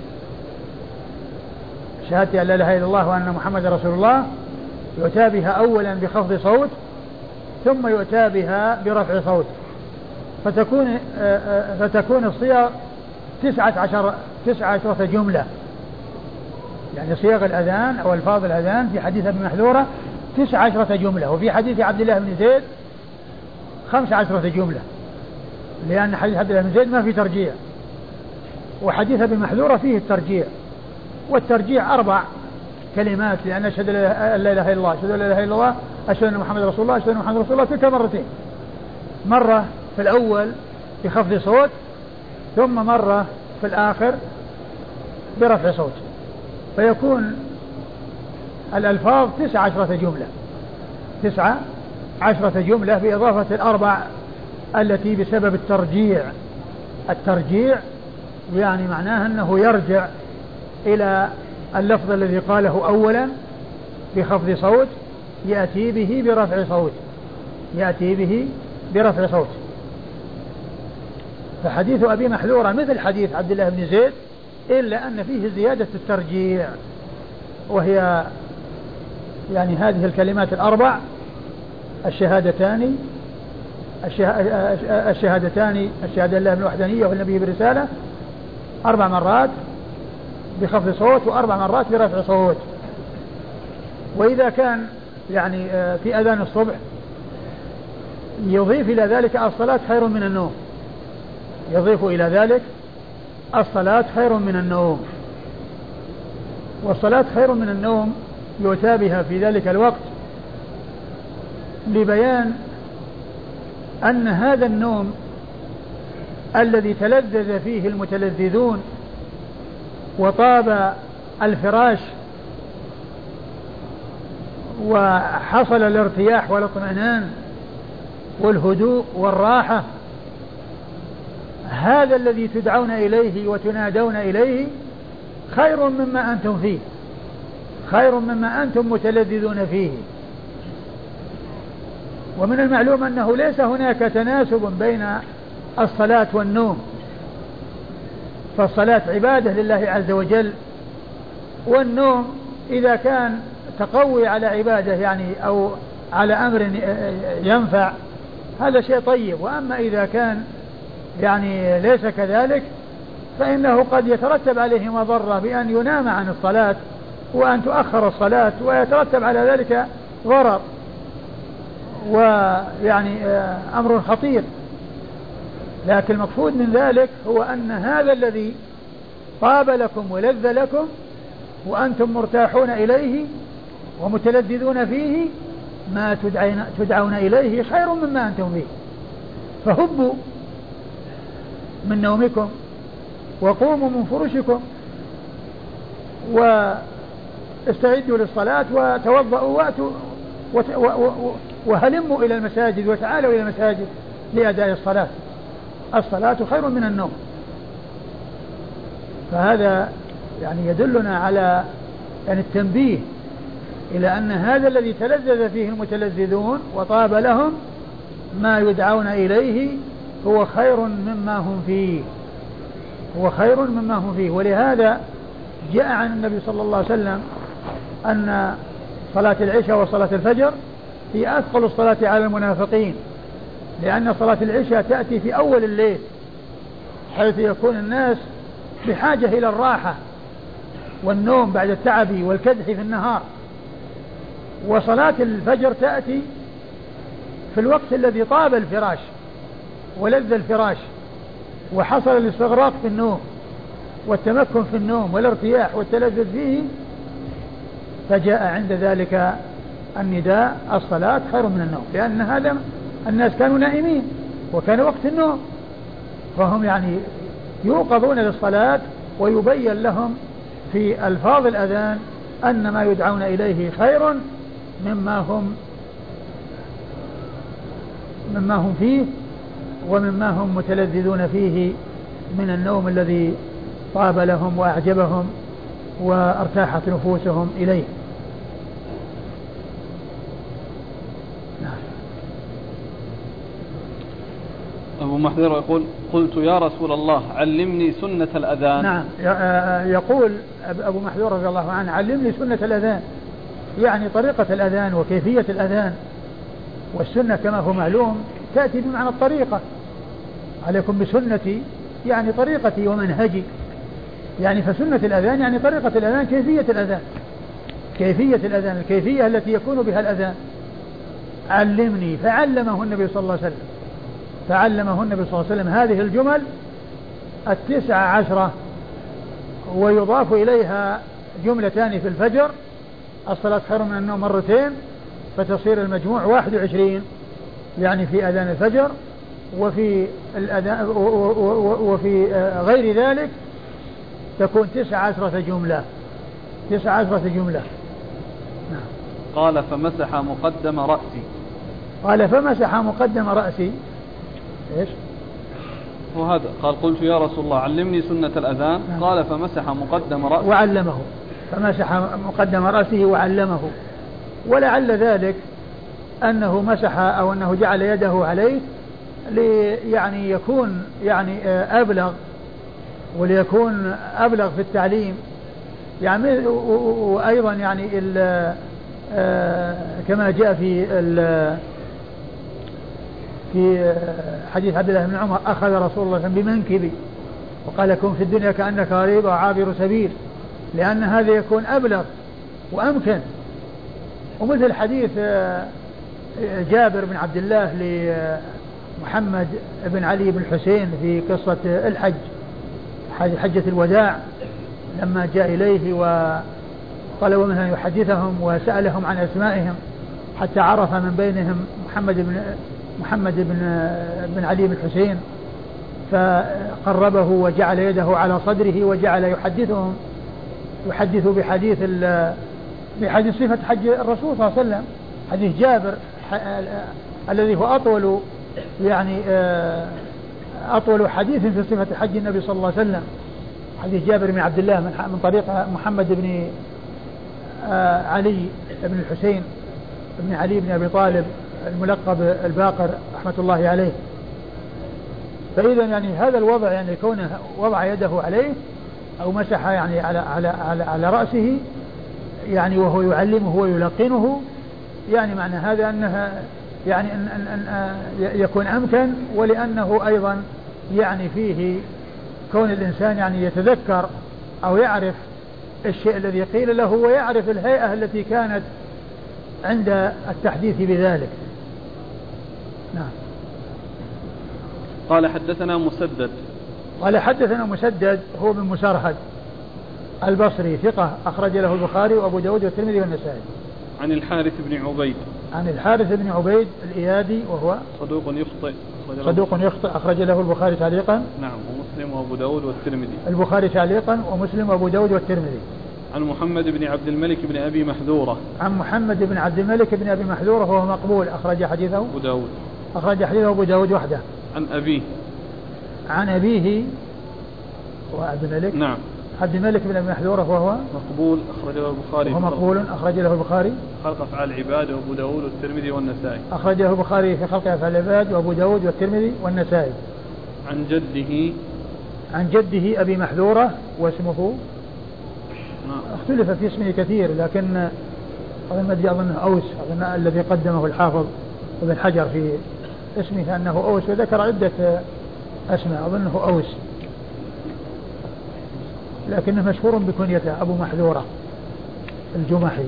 شهادة أن لا إله إلا الله وأن محمد رسول الله يؤتى بها أولا بخفض صوت ثم يؤتى بها برفع صوت فتكون فتكون الصيغ تسعة عشر تسعة عشرة جملة يعني صيغ الأذان أو ألفاظ الأذان في حديث ابن محذورة تسعة عشرة جملة وفي حديث عبد الله بن زيد خمس عشرة جملة لأن حديث عبد الله بن زيد ما في ترجيع وحديث ابن محذورة فيه الترجيع والترجيع أربع كلمات لأن أشهد أن لا إله إلا الله أشهد أن لا إله إلا الله أشهد أن محمد رسول الله أشهد أن محمد رسول الله تلك مرتين مرة في الأول بخفض صوت ثم مرة في الآخر برفع صوت فيكون الألفاظ تسعة عشرة جملة تسعة عشرة جملة بإضافة الأربع التي بسبب الترجيع الترجيع يعني معناه أنه يرجع إلى اللفظ الذي قاله أولا بخفض صوت يأتي به برفع صوت يأتي به برفع صوت فحديث أبي محذورة مثل حديث عبد الله بن زيد إلا أن فيه زيادة الترجيع وهي يعني هذه الكلمات الأربع الشهادتان الشهادتان الشهادة لله بالوحدانية والنبي بالرسالة أربع مرات بخفض صوت وأربع مرات برفع صوت. وإذا كان يعني في أذان الصبح يضيف إلى ذلك الصلاة خير من النوم، يضيف إلى ذلك الصلاة خير من النوم. والصلاة خير من النوم يؤتى بها في ذلك الوقت لبيان أن هذا النوم الذي تلذذ فيه المتلذذون وطاب الفراش وحصل الارتياح والاطمئنان والهدوء والراحة، هذا الذي تدعون إليه وتنادون إليه خير مما أنتم فيه، خير مما أنتم متلذذون فيه. ومن المعلوم أنه ليس هناك تناسب بين الصلاة والنوم، فالصلاة عبادة لله عز وجل، والنوم إذا كان تقوي على عبادة يعني أو على أمر ينفع هذا شيء طيب. وأما إذا كان يعني ليس كذلك فإنه قد يترتب عليه مضرة بأن ينام عن الصلاة وأن تؤخر الصلاة ويترتب على ذلك ضرر ويعني أمر خطير. لكن المقصود من ذلك هو أن هذا الذي طاب لكم ولذ لكم وأنتم مرتاحون إليه ومتلذذون فيه ما تدعون إليه خير مما أنتم فيه. فهبوا من نومكم وقوموا من فرشكم واستعدوا للصلاة وتوضأوا وأتوا وهلموا إلى المساجد وتعالوا إلى المساجد لأداء الصلاة. الصلاة خير من النوم. فهذا يعني يدلنا على يعني التنبيه إلى أن هذا الذي تلذذ فيه المتلذذون وطاب لهم ما يدعون إليه هو خير مما هم فيه، هو خير مما هم فيه. ولهذا جاء عن النبي صلى الله عليه وسلم أن صلاة العشاء وصلاة الفجر هي أثقل الصلاة على المنافقين، لأن صلاة العشاء تأتي في أول الليل حيث يكون الناس بحاجة إلى الراحة والنوم بعد التعب والكدح في النهار، وصلاة الفجر تأتي في الوقت الذي طاب الفراش ولذ الفراش وحصل الاستغراق في النوم والتمكن في النوم والارتياح والتلذذ فيه، فجاء عند ذلك النداء الصلاة خير من النوم، لأن هذا الناس كانوا نائمين وكان وقت النوم، فهم يعني يوقظون للصلاة ويبين لهم في ألفاظ الأذان أن ما يدعون إليه خير مما هم مما هم فيه ومما هم متلذذون فيه من النوم الذي طاب لهم وأعجبهم وارتاحت نفوسهم إليه. أبو محذور يقول: قلت يا رسول الله علمني سنة الأذان. نعم، يقول أبو محذور رضي الله عنه: علمني سنة الأذان، يعني طريقة الأذان وكيفية الأذان. والسنة كما هو معلوم تأتي بمعنى الطريقة، عليكم بسنتي يعني طريقتي ومنهجي، يعني فسنة الأذان يعني طريقة الأذان، كيفية الأذان، كيفية الأذان الكيفية التي يكون بها الأذان. علمني، فعلمه النبي صلى الله عليه وسلم فعلمه النبي صلى الله عليه وسلم هذه الجمل التسع عشرة، ويضاف إليها جملتان في الفجر: الصلاة خير من النوم مرتين، فتصير المجموع واحد وعشرين يعني في أذان الفجر، وفي الأذان وفي غير ذلك تكون تسع عشرة جملة تسع عشرة جملة. نعم. قال: فمسح مقدم رأسي. قال: فمسح مقدم رأسي. إيش؟ وهذا قال: قلت يا رسول الله علمني سنة الأذان. نعم. قال: فمسح مقدم رأسه وعلمه، فمسح مقدم رأسه وعلمه. ولعل ذلك أنه مسح أو أنه جعل يده عليه لي يعني يكون يعني أبلغ، وليكون أبلغ في التعليم يعني. وأيضا يعني كما جاء في في حديث عبد الله بن عمر: أخذ رسول الله بمنكبي وقال كن في الدنيا كأنك غريب أو عابر سبيل، لأن هذا يكون أبلغ وأمكن. ومثل حديث جابر بن عبد الله لمحمد بن علي بن الحسين في قصة الحج، حجة الوداع، لما جاء إليه وطلب منه أن يحدثهم وسألهم عن أسمائهم حتى عرف من بينهم محمد بن محمد بن بن علي بن الحسين، فقربه وجعل يده على صدره وجعل يحدثهم يحدث بحديث بحديث صفة حج الرسول صلى الله عليه وسلم، حديث جابر الذي هو أطول يعني أطول حديث في صفة حج النبي صلى الله عليه وسلم، حديث جابر بن عبد الله من طريق محمد بن علي بن الحسين بن علي بن أبي طالب الملقب الباقر رحمة الله عليه. فإذا يعني هذا الوضع يعني كونه وضع يده عليه أو مسح يعني على على على, على رأسه يعني وهو يعلمه ويلقنه، يعني معنى هذا أنها يعني أن, أن, أن يكون أمكن، ولأنه أيضا يعني فيه كون الإنسان يعني يتذكر أو يعرف الشيء الذي قيل له ويعرف الهيئة التي كانت عند التحديث بذلك. نعم. قال حدثنا مسدد قال حدثنا مسدد هو بن مسرهد البصري ثقة أخرج له البخاري وأبو داود والترمذي والنسائي. عن الحارث بن عبيد عن الحارث بن عبيد الإيادي وهو صدوق يخطئ صدوق يخطئ أخرج له البخاري تعليقا. نعم. ومسلم وأبو داود والترمذي. البخاري تعليقا ومسلم وأبو داود والترمذي. عن محمد بن عبد الملك بن أبي محذورة عن محمد بن عبد الملك بن أبي محذورة وهو مقبول أخرج حديثه أبو داود أخرج حديثه أبو داود وحده. عن أبيه عن أبيه وعبد الملك نعم عبد الملك بن أبي محذورة وهو مقبول أخرج له البخاري وهو مقبول أخرج له البخاري خلق أفعال العباد وأبو داود والترمذي والنسائي. أخرج له البخاري في خلق أفعال العباد وأبو داود والترمذي والنسائي. عن جده عن جده أبي محذورة واسمه نعم. اختلف في اسمه كثير، لكن أظن أظنه أوس، أظن الذي قدمه الحافظ ابن حجر في اسمه أنه أوس، وذكر عدة أسماء أظنه أوس، لكنه مشهور بكنيته أبو محذورة الجمحي.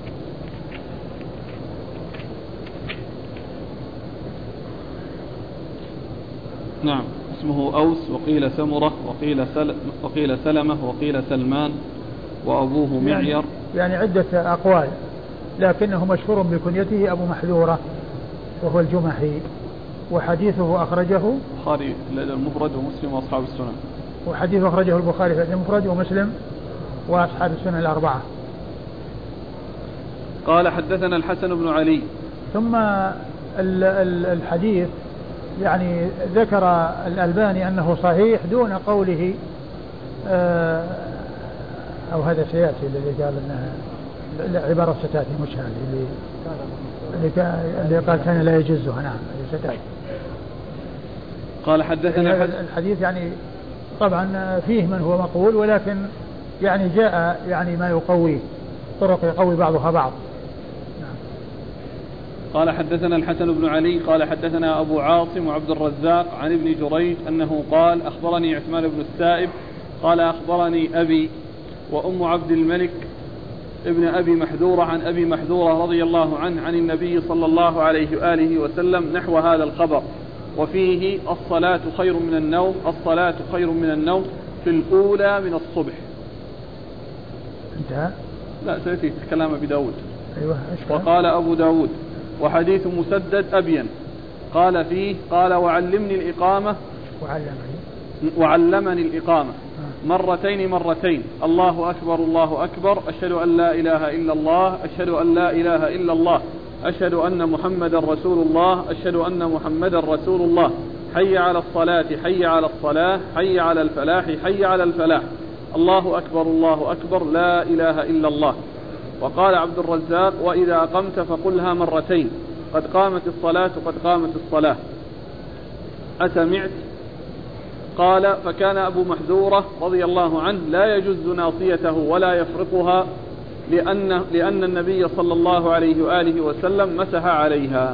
نعم. اسمه أوس وقيل سمرة وقيل سل وقيل سلمة وقيل سلمان وأبوه معير، يعني, يعني عدة أقوال، لكنه مشهور بكنيته أبو محذورة وهو الجمحي. وحديثه أخرجه البخاري المفرد ومسلم وأصحاب السنن. وحديثه أخرجه البخاري في المفرد ومسلم وأصحاب السنن الأربعة. قال حدثنا الحسن بن علي. ثم الحديث يعني ذكر الألباني أنه صحيح دون قوله أو هذا سيأتي الذي قال أنها عبارة ستاتي مش هذه اللي اللي قال كان لا يجزها. نعم ستاتي. قال حدثنا الحديث يعني طبعا فيه من هو مقبول، ولكن يعني جاء يعني ما يقوي طرق يقوي بعضها بعض. نعم. قال حدثنا الحسن بن علي قال حدثنا أبو عاصم وعبد الرزاق عن ابن جريج أنه قال أخبرني عثمان بن السائب قال أخبرني أبي وأم عبد الملك ابن أبي محذورة عن أبي محذورة رضي الله عنه عن النبي صلى الله عليه وآله وسلم نحو هذا الخبر، وفيه الصلاة خير من النوم الصلاة خير من النوم في الأولى من الصبح. انتهى؟ لا سيأتي كلام أبي داود. أيوة. وقال أبو داود وحديث مسدد أبين قال فيه قال وعلمني الإقامة وعلمني وعلمني الإقامة مرتين مرتين الله أكبر الله أكبر أشهد أن لا إله إلا الله أشهد أن لا إله إلا الله أشهد أن محمدا رسول الله أشهد أن محمدا رسول الله حي على الصلاة حي على الصلاة حي على الفلاح حي على الفلاح الله أكبر الله أكبر لا إله إلا الله. وقال عبد الرزاق وإذا قمت فقلها مرتين قد قامت الصلاة قد قامت الصلاة أسمعت؟ قال فكان أبو محذورة رضي الله عنه لا يجز ناصيته ولا يفرقها لأن, لأن النبي صلى الله عليه وآله وسلم مسح عليها.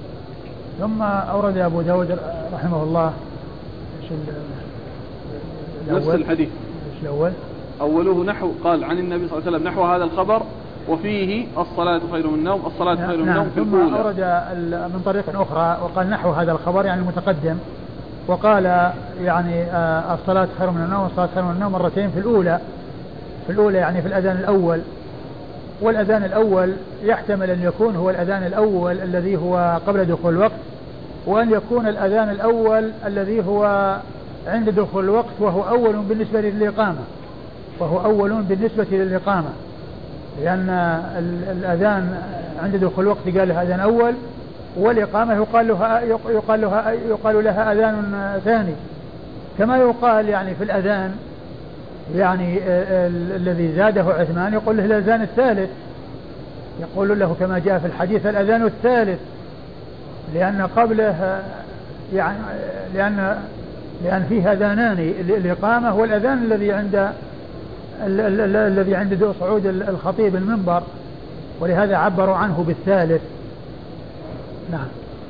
ثم أورد أبو داود رحمه الله نفس الحديث. ايش الأول؟ أوله نحو قال عن النبي صلى الله عليه وسلم نحو هذا الخبر وفيه الصلاة خير من النوم الصلاة خير من النوم. ثم أورد من طريق أخرى وقال نحو هذا الخبر يعني المتقدم، وقال يعني الصلاة خير من النوم والصلاة خير من النوم مرتين في الأولى في الأولى يعني في الأذان الأول. والأذان الأول يحتمل أن يكون هو الأذان الأول الذي هو قبل دخول الوقت، وأن يكون الأذان الأول الذي هو عند دخول الوقت وهو أول بالنسبة للإقامة وهو أول بالنسبة للإقامة لأن الأذان عند دخول الوقت قال لها أذان أول، والإقامة يقال لها يقال لها يقال لها أذان ثاني، كما يقال يعني في الأذان يعني الذي زاده عثمان يقول له الأذان الثالث، يقول له كما جاء في الحديث الأذان الثالث، لأن قبله يعني لأن لأن فيه أذانان، الإقامة والأذان الذي عند الذي عند صعود الخطيب المنبر، ولهذا عبروا عنه بالثالث. نعم.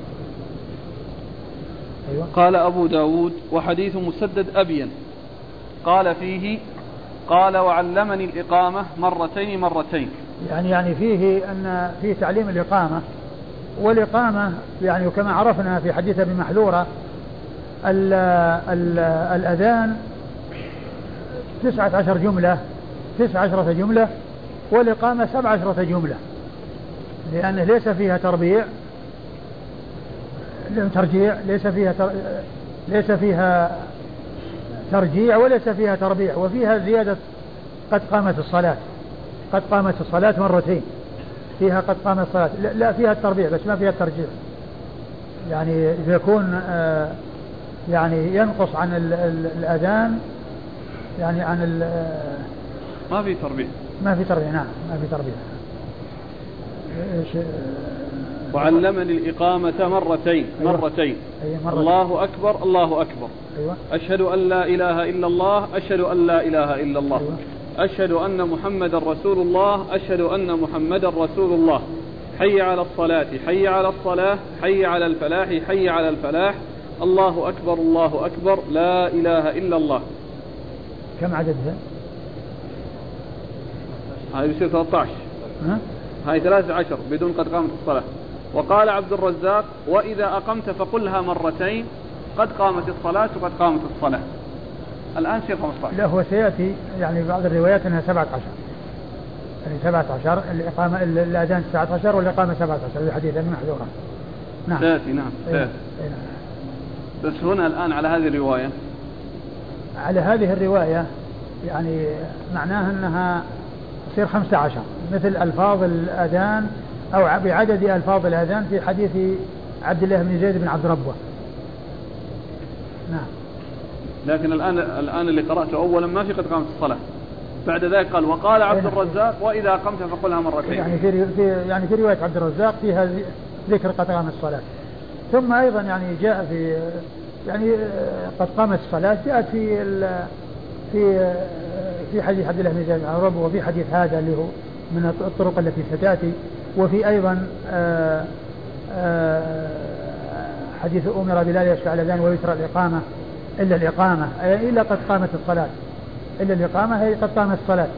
أيوة. قال أبو داود وحديث مسدد أبين قال فيه قال وعلمني الإقامة مرتين مرتين، يعني يعني فيه أن فيه تعليم الإقامة، والإقامة يعني كما عرفنا في حديث ابن محذورة ال ال الأذان تسعة عشر جملة تسعة عشرة جملة، والإقامة سبعة عشرة جملة، لأنه ليس فيها تربيع ترجيع ليس فيها تر... ليس فيها ترجيع وليس فيها تربيع، وفيها زيادة قد قامت الصلاة قد قامت الصلاة مرتين، فيها قد قامت الصلاة لا, لا فيها التربيع بس ما فيها الترجيع، يعني إذا يكون آه يعني ينقص عن ال ال الأذان يعني عن ال ما في تربيع ما في تربيع نعم ما في تربيع. وعلمني الإقامة مرتين مرتين أيوة. مرتين. الله أكبر الله أكبر. أيوة. أشهد أن لا إله إلا الله أشهد أن لا إله إلا الله. أيوة. أشهد أن محمد رسول الله أشهد أن محمد رسول الله. حي على الصلاة حي على الصلاة حي على الفلاح حي على الفلاح. الله أكبر الله أكبر لا إله إلا الله. كم عددها؟ هاي يصير ثلاثة عشر. ها؟ هاي ثلاثة عشر بدون قد قامت الصلاة. وقال عبد الرزاق وإذا أقمت فقلها مرتين قد قامت الصلاة وقد قامت الصلاة. الآن شيء خمسة عشر. لا هو سيأتي يعني بعض الروايات أنها سبعة عشر، يعني سبعة عشر الإقامة الأذان تسعة عشر والإقامة سبعة عشر في حديث ابن محذورة. نعم سيأتي نعم سيأتي. بس هنا الآن على هذه الرواية على هذه الرواية يعني معناها أنها تصير خمسة عشر مثل ألفاظ الأذان أو بعدد ألفاظ الأذان في حديث عبد الله بن زيد بن عبد ربه. نعم. لكن الآن الآن اللي قرأته أولا ما في قد قامت الصلاة، بعد ذلك قال وقال عبد الرزاق وإذا قمت فقلها مرتين. يعني في يعني في رواية عبد الرزاق فيها ذكر قد قامت الصلاة، ثم أيضا يعني جاء في يعني قد قامت الصلاة جاءت في في في حديث عبد الله بن زيد بن عبد ربه، وفي حديث هذا اللي هو من الطرق التي ستأتي، وفي أيضا آآ آآ حديث أمر بلال يشفع الأذان ويترى الإقامة إلا الإقامة أي إلا قد قامت الصلاة إلا الإقامة هي قد قامت الصلاة.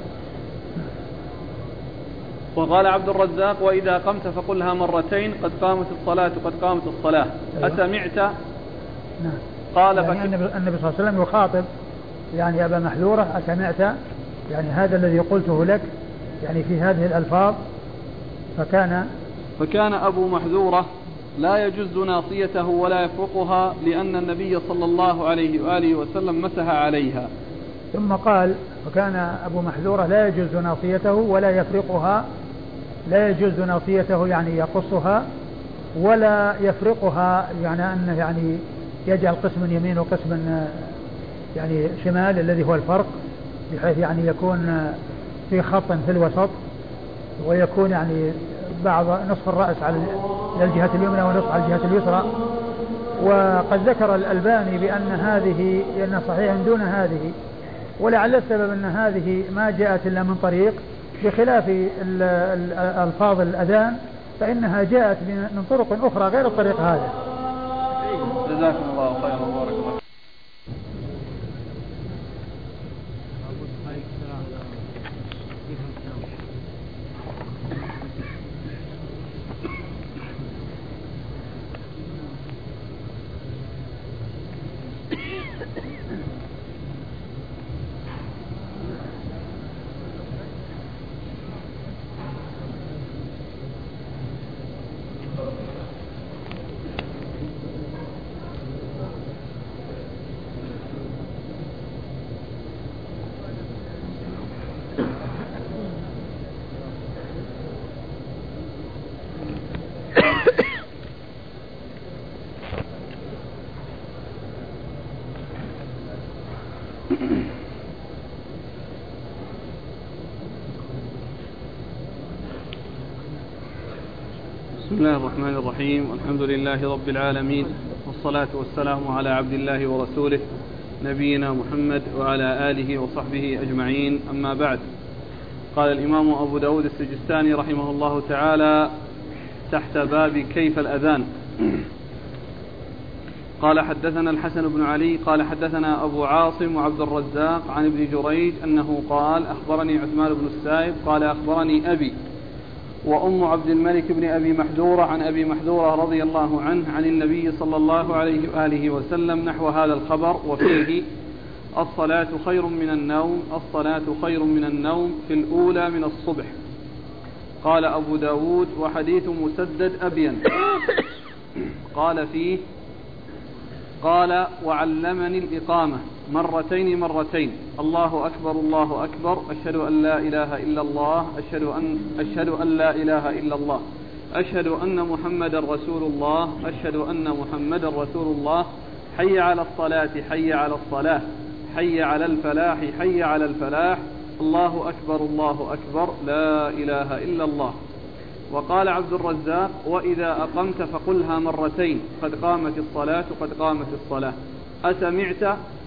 وقال عبد الرزاق وإذا قمت فقلها مرتين قد قامت الصلاة قد قامت الصلاة. أيوة. أسمعت؟ نعم. قال يعني النبي صلى الله عليه وسلم يخاطب يعني أبا محذورة أسمعت يعني هذا الذي قلته لك يعني في هذه الألفاظ. فكان فكان أبو محذورة لا يجز ناصيته ولا يفرقها لأن النبي صلى الله عليه وآله وسلم مسح عليها. ثم قال فكان أبو محذورة لا يجز ناصيته ولا يفرقها، لا يجز ناصيته يعني يقصها ولا يفرقها يعني أنه يعني يجعل قسما يمين وقسما يعني شمال الذي هو الفرق، بحيث يعني يكون في خط في الوسط ويكون يعني بعض نصف الرأس على الجهة اليمنى ونصف على الجهة اليسرى. وقد ذكر الألباني بأن هذه أن صحيح دون هذه، ولعل السبب أن هذه ما جاءت إلا من طريق بخلاف ألفاظ الأذان فإنها جاءت من طرق أخرى غير الطريق هذا. جزاكم الله خيرا وبارك الله. بسم الله الرحمن الرحيم، والحمد لله رب العالمين، والصلاة والسلام على عبد الله ورسوله نبينا محمد وعلى آله وصحبه أجمعين، أما بعد. قال الإمام أبو داود السجستاني رحمه الله تعالى تحت باب كيف الأذان: قال حدثنا الحسن بن علي قال حدثنا أبو عاصم وعبد الرزاق عن ابن جريج أنه قال أخبرني عثمان بن السائب قال أخبرني أبي وأم عبد الملك بن أبي محذورة عن أبي محذورة رضي الله عنه عن النبي صلى الله عليه وآله وسلم نحو هذا الخبر، وفيه: الصلاة خير من النوم، الصلاة خير من النوم في الأولى من الصبح. قال أبو داود: وحديث مسدد أبين. قال فيه: قال: وعلمني الإقامة مرتين مرتين، الله أكبر الله أكبر، أشهد أن لا إله إلا الله، أشهد أن, أشهد أن لا إله إلا الله، أشهد أن محمدا رسول الله، أشهد أن محمدا رسول الله، حي على الصلاة حي على الصلاة، حي على الفلاح حي على الفلاح، الله أكبر الله أكبر، لا إله إلا الله. وقال عبد الرزاق: وإذا أقمت فقلها مرتين، قد قامت الصلاة قد قامت الصلاة. أسمعت؟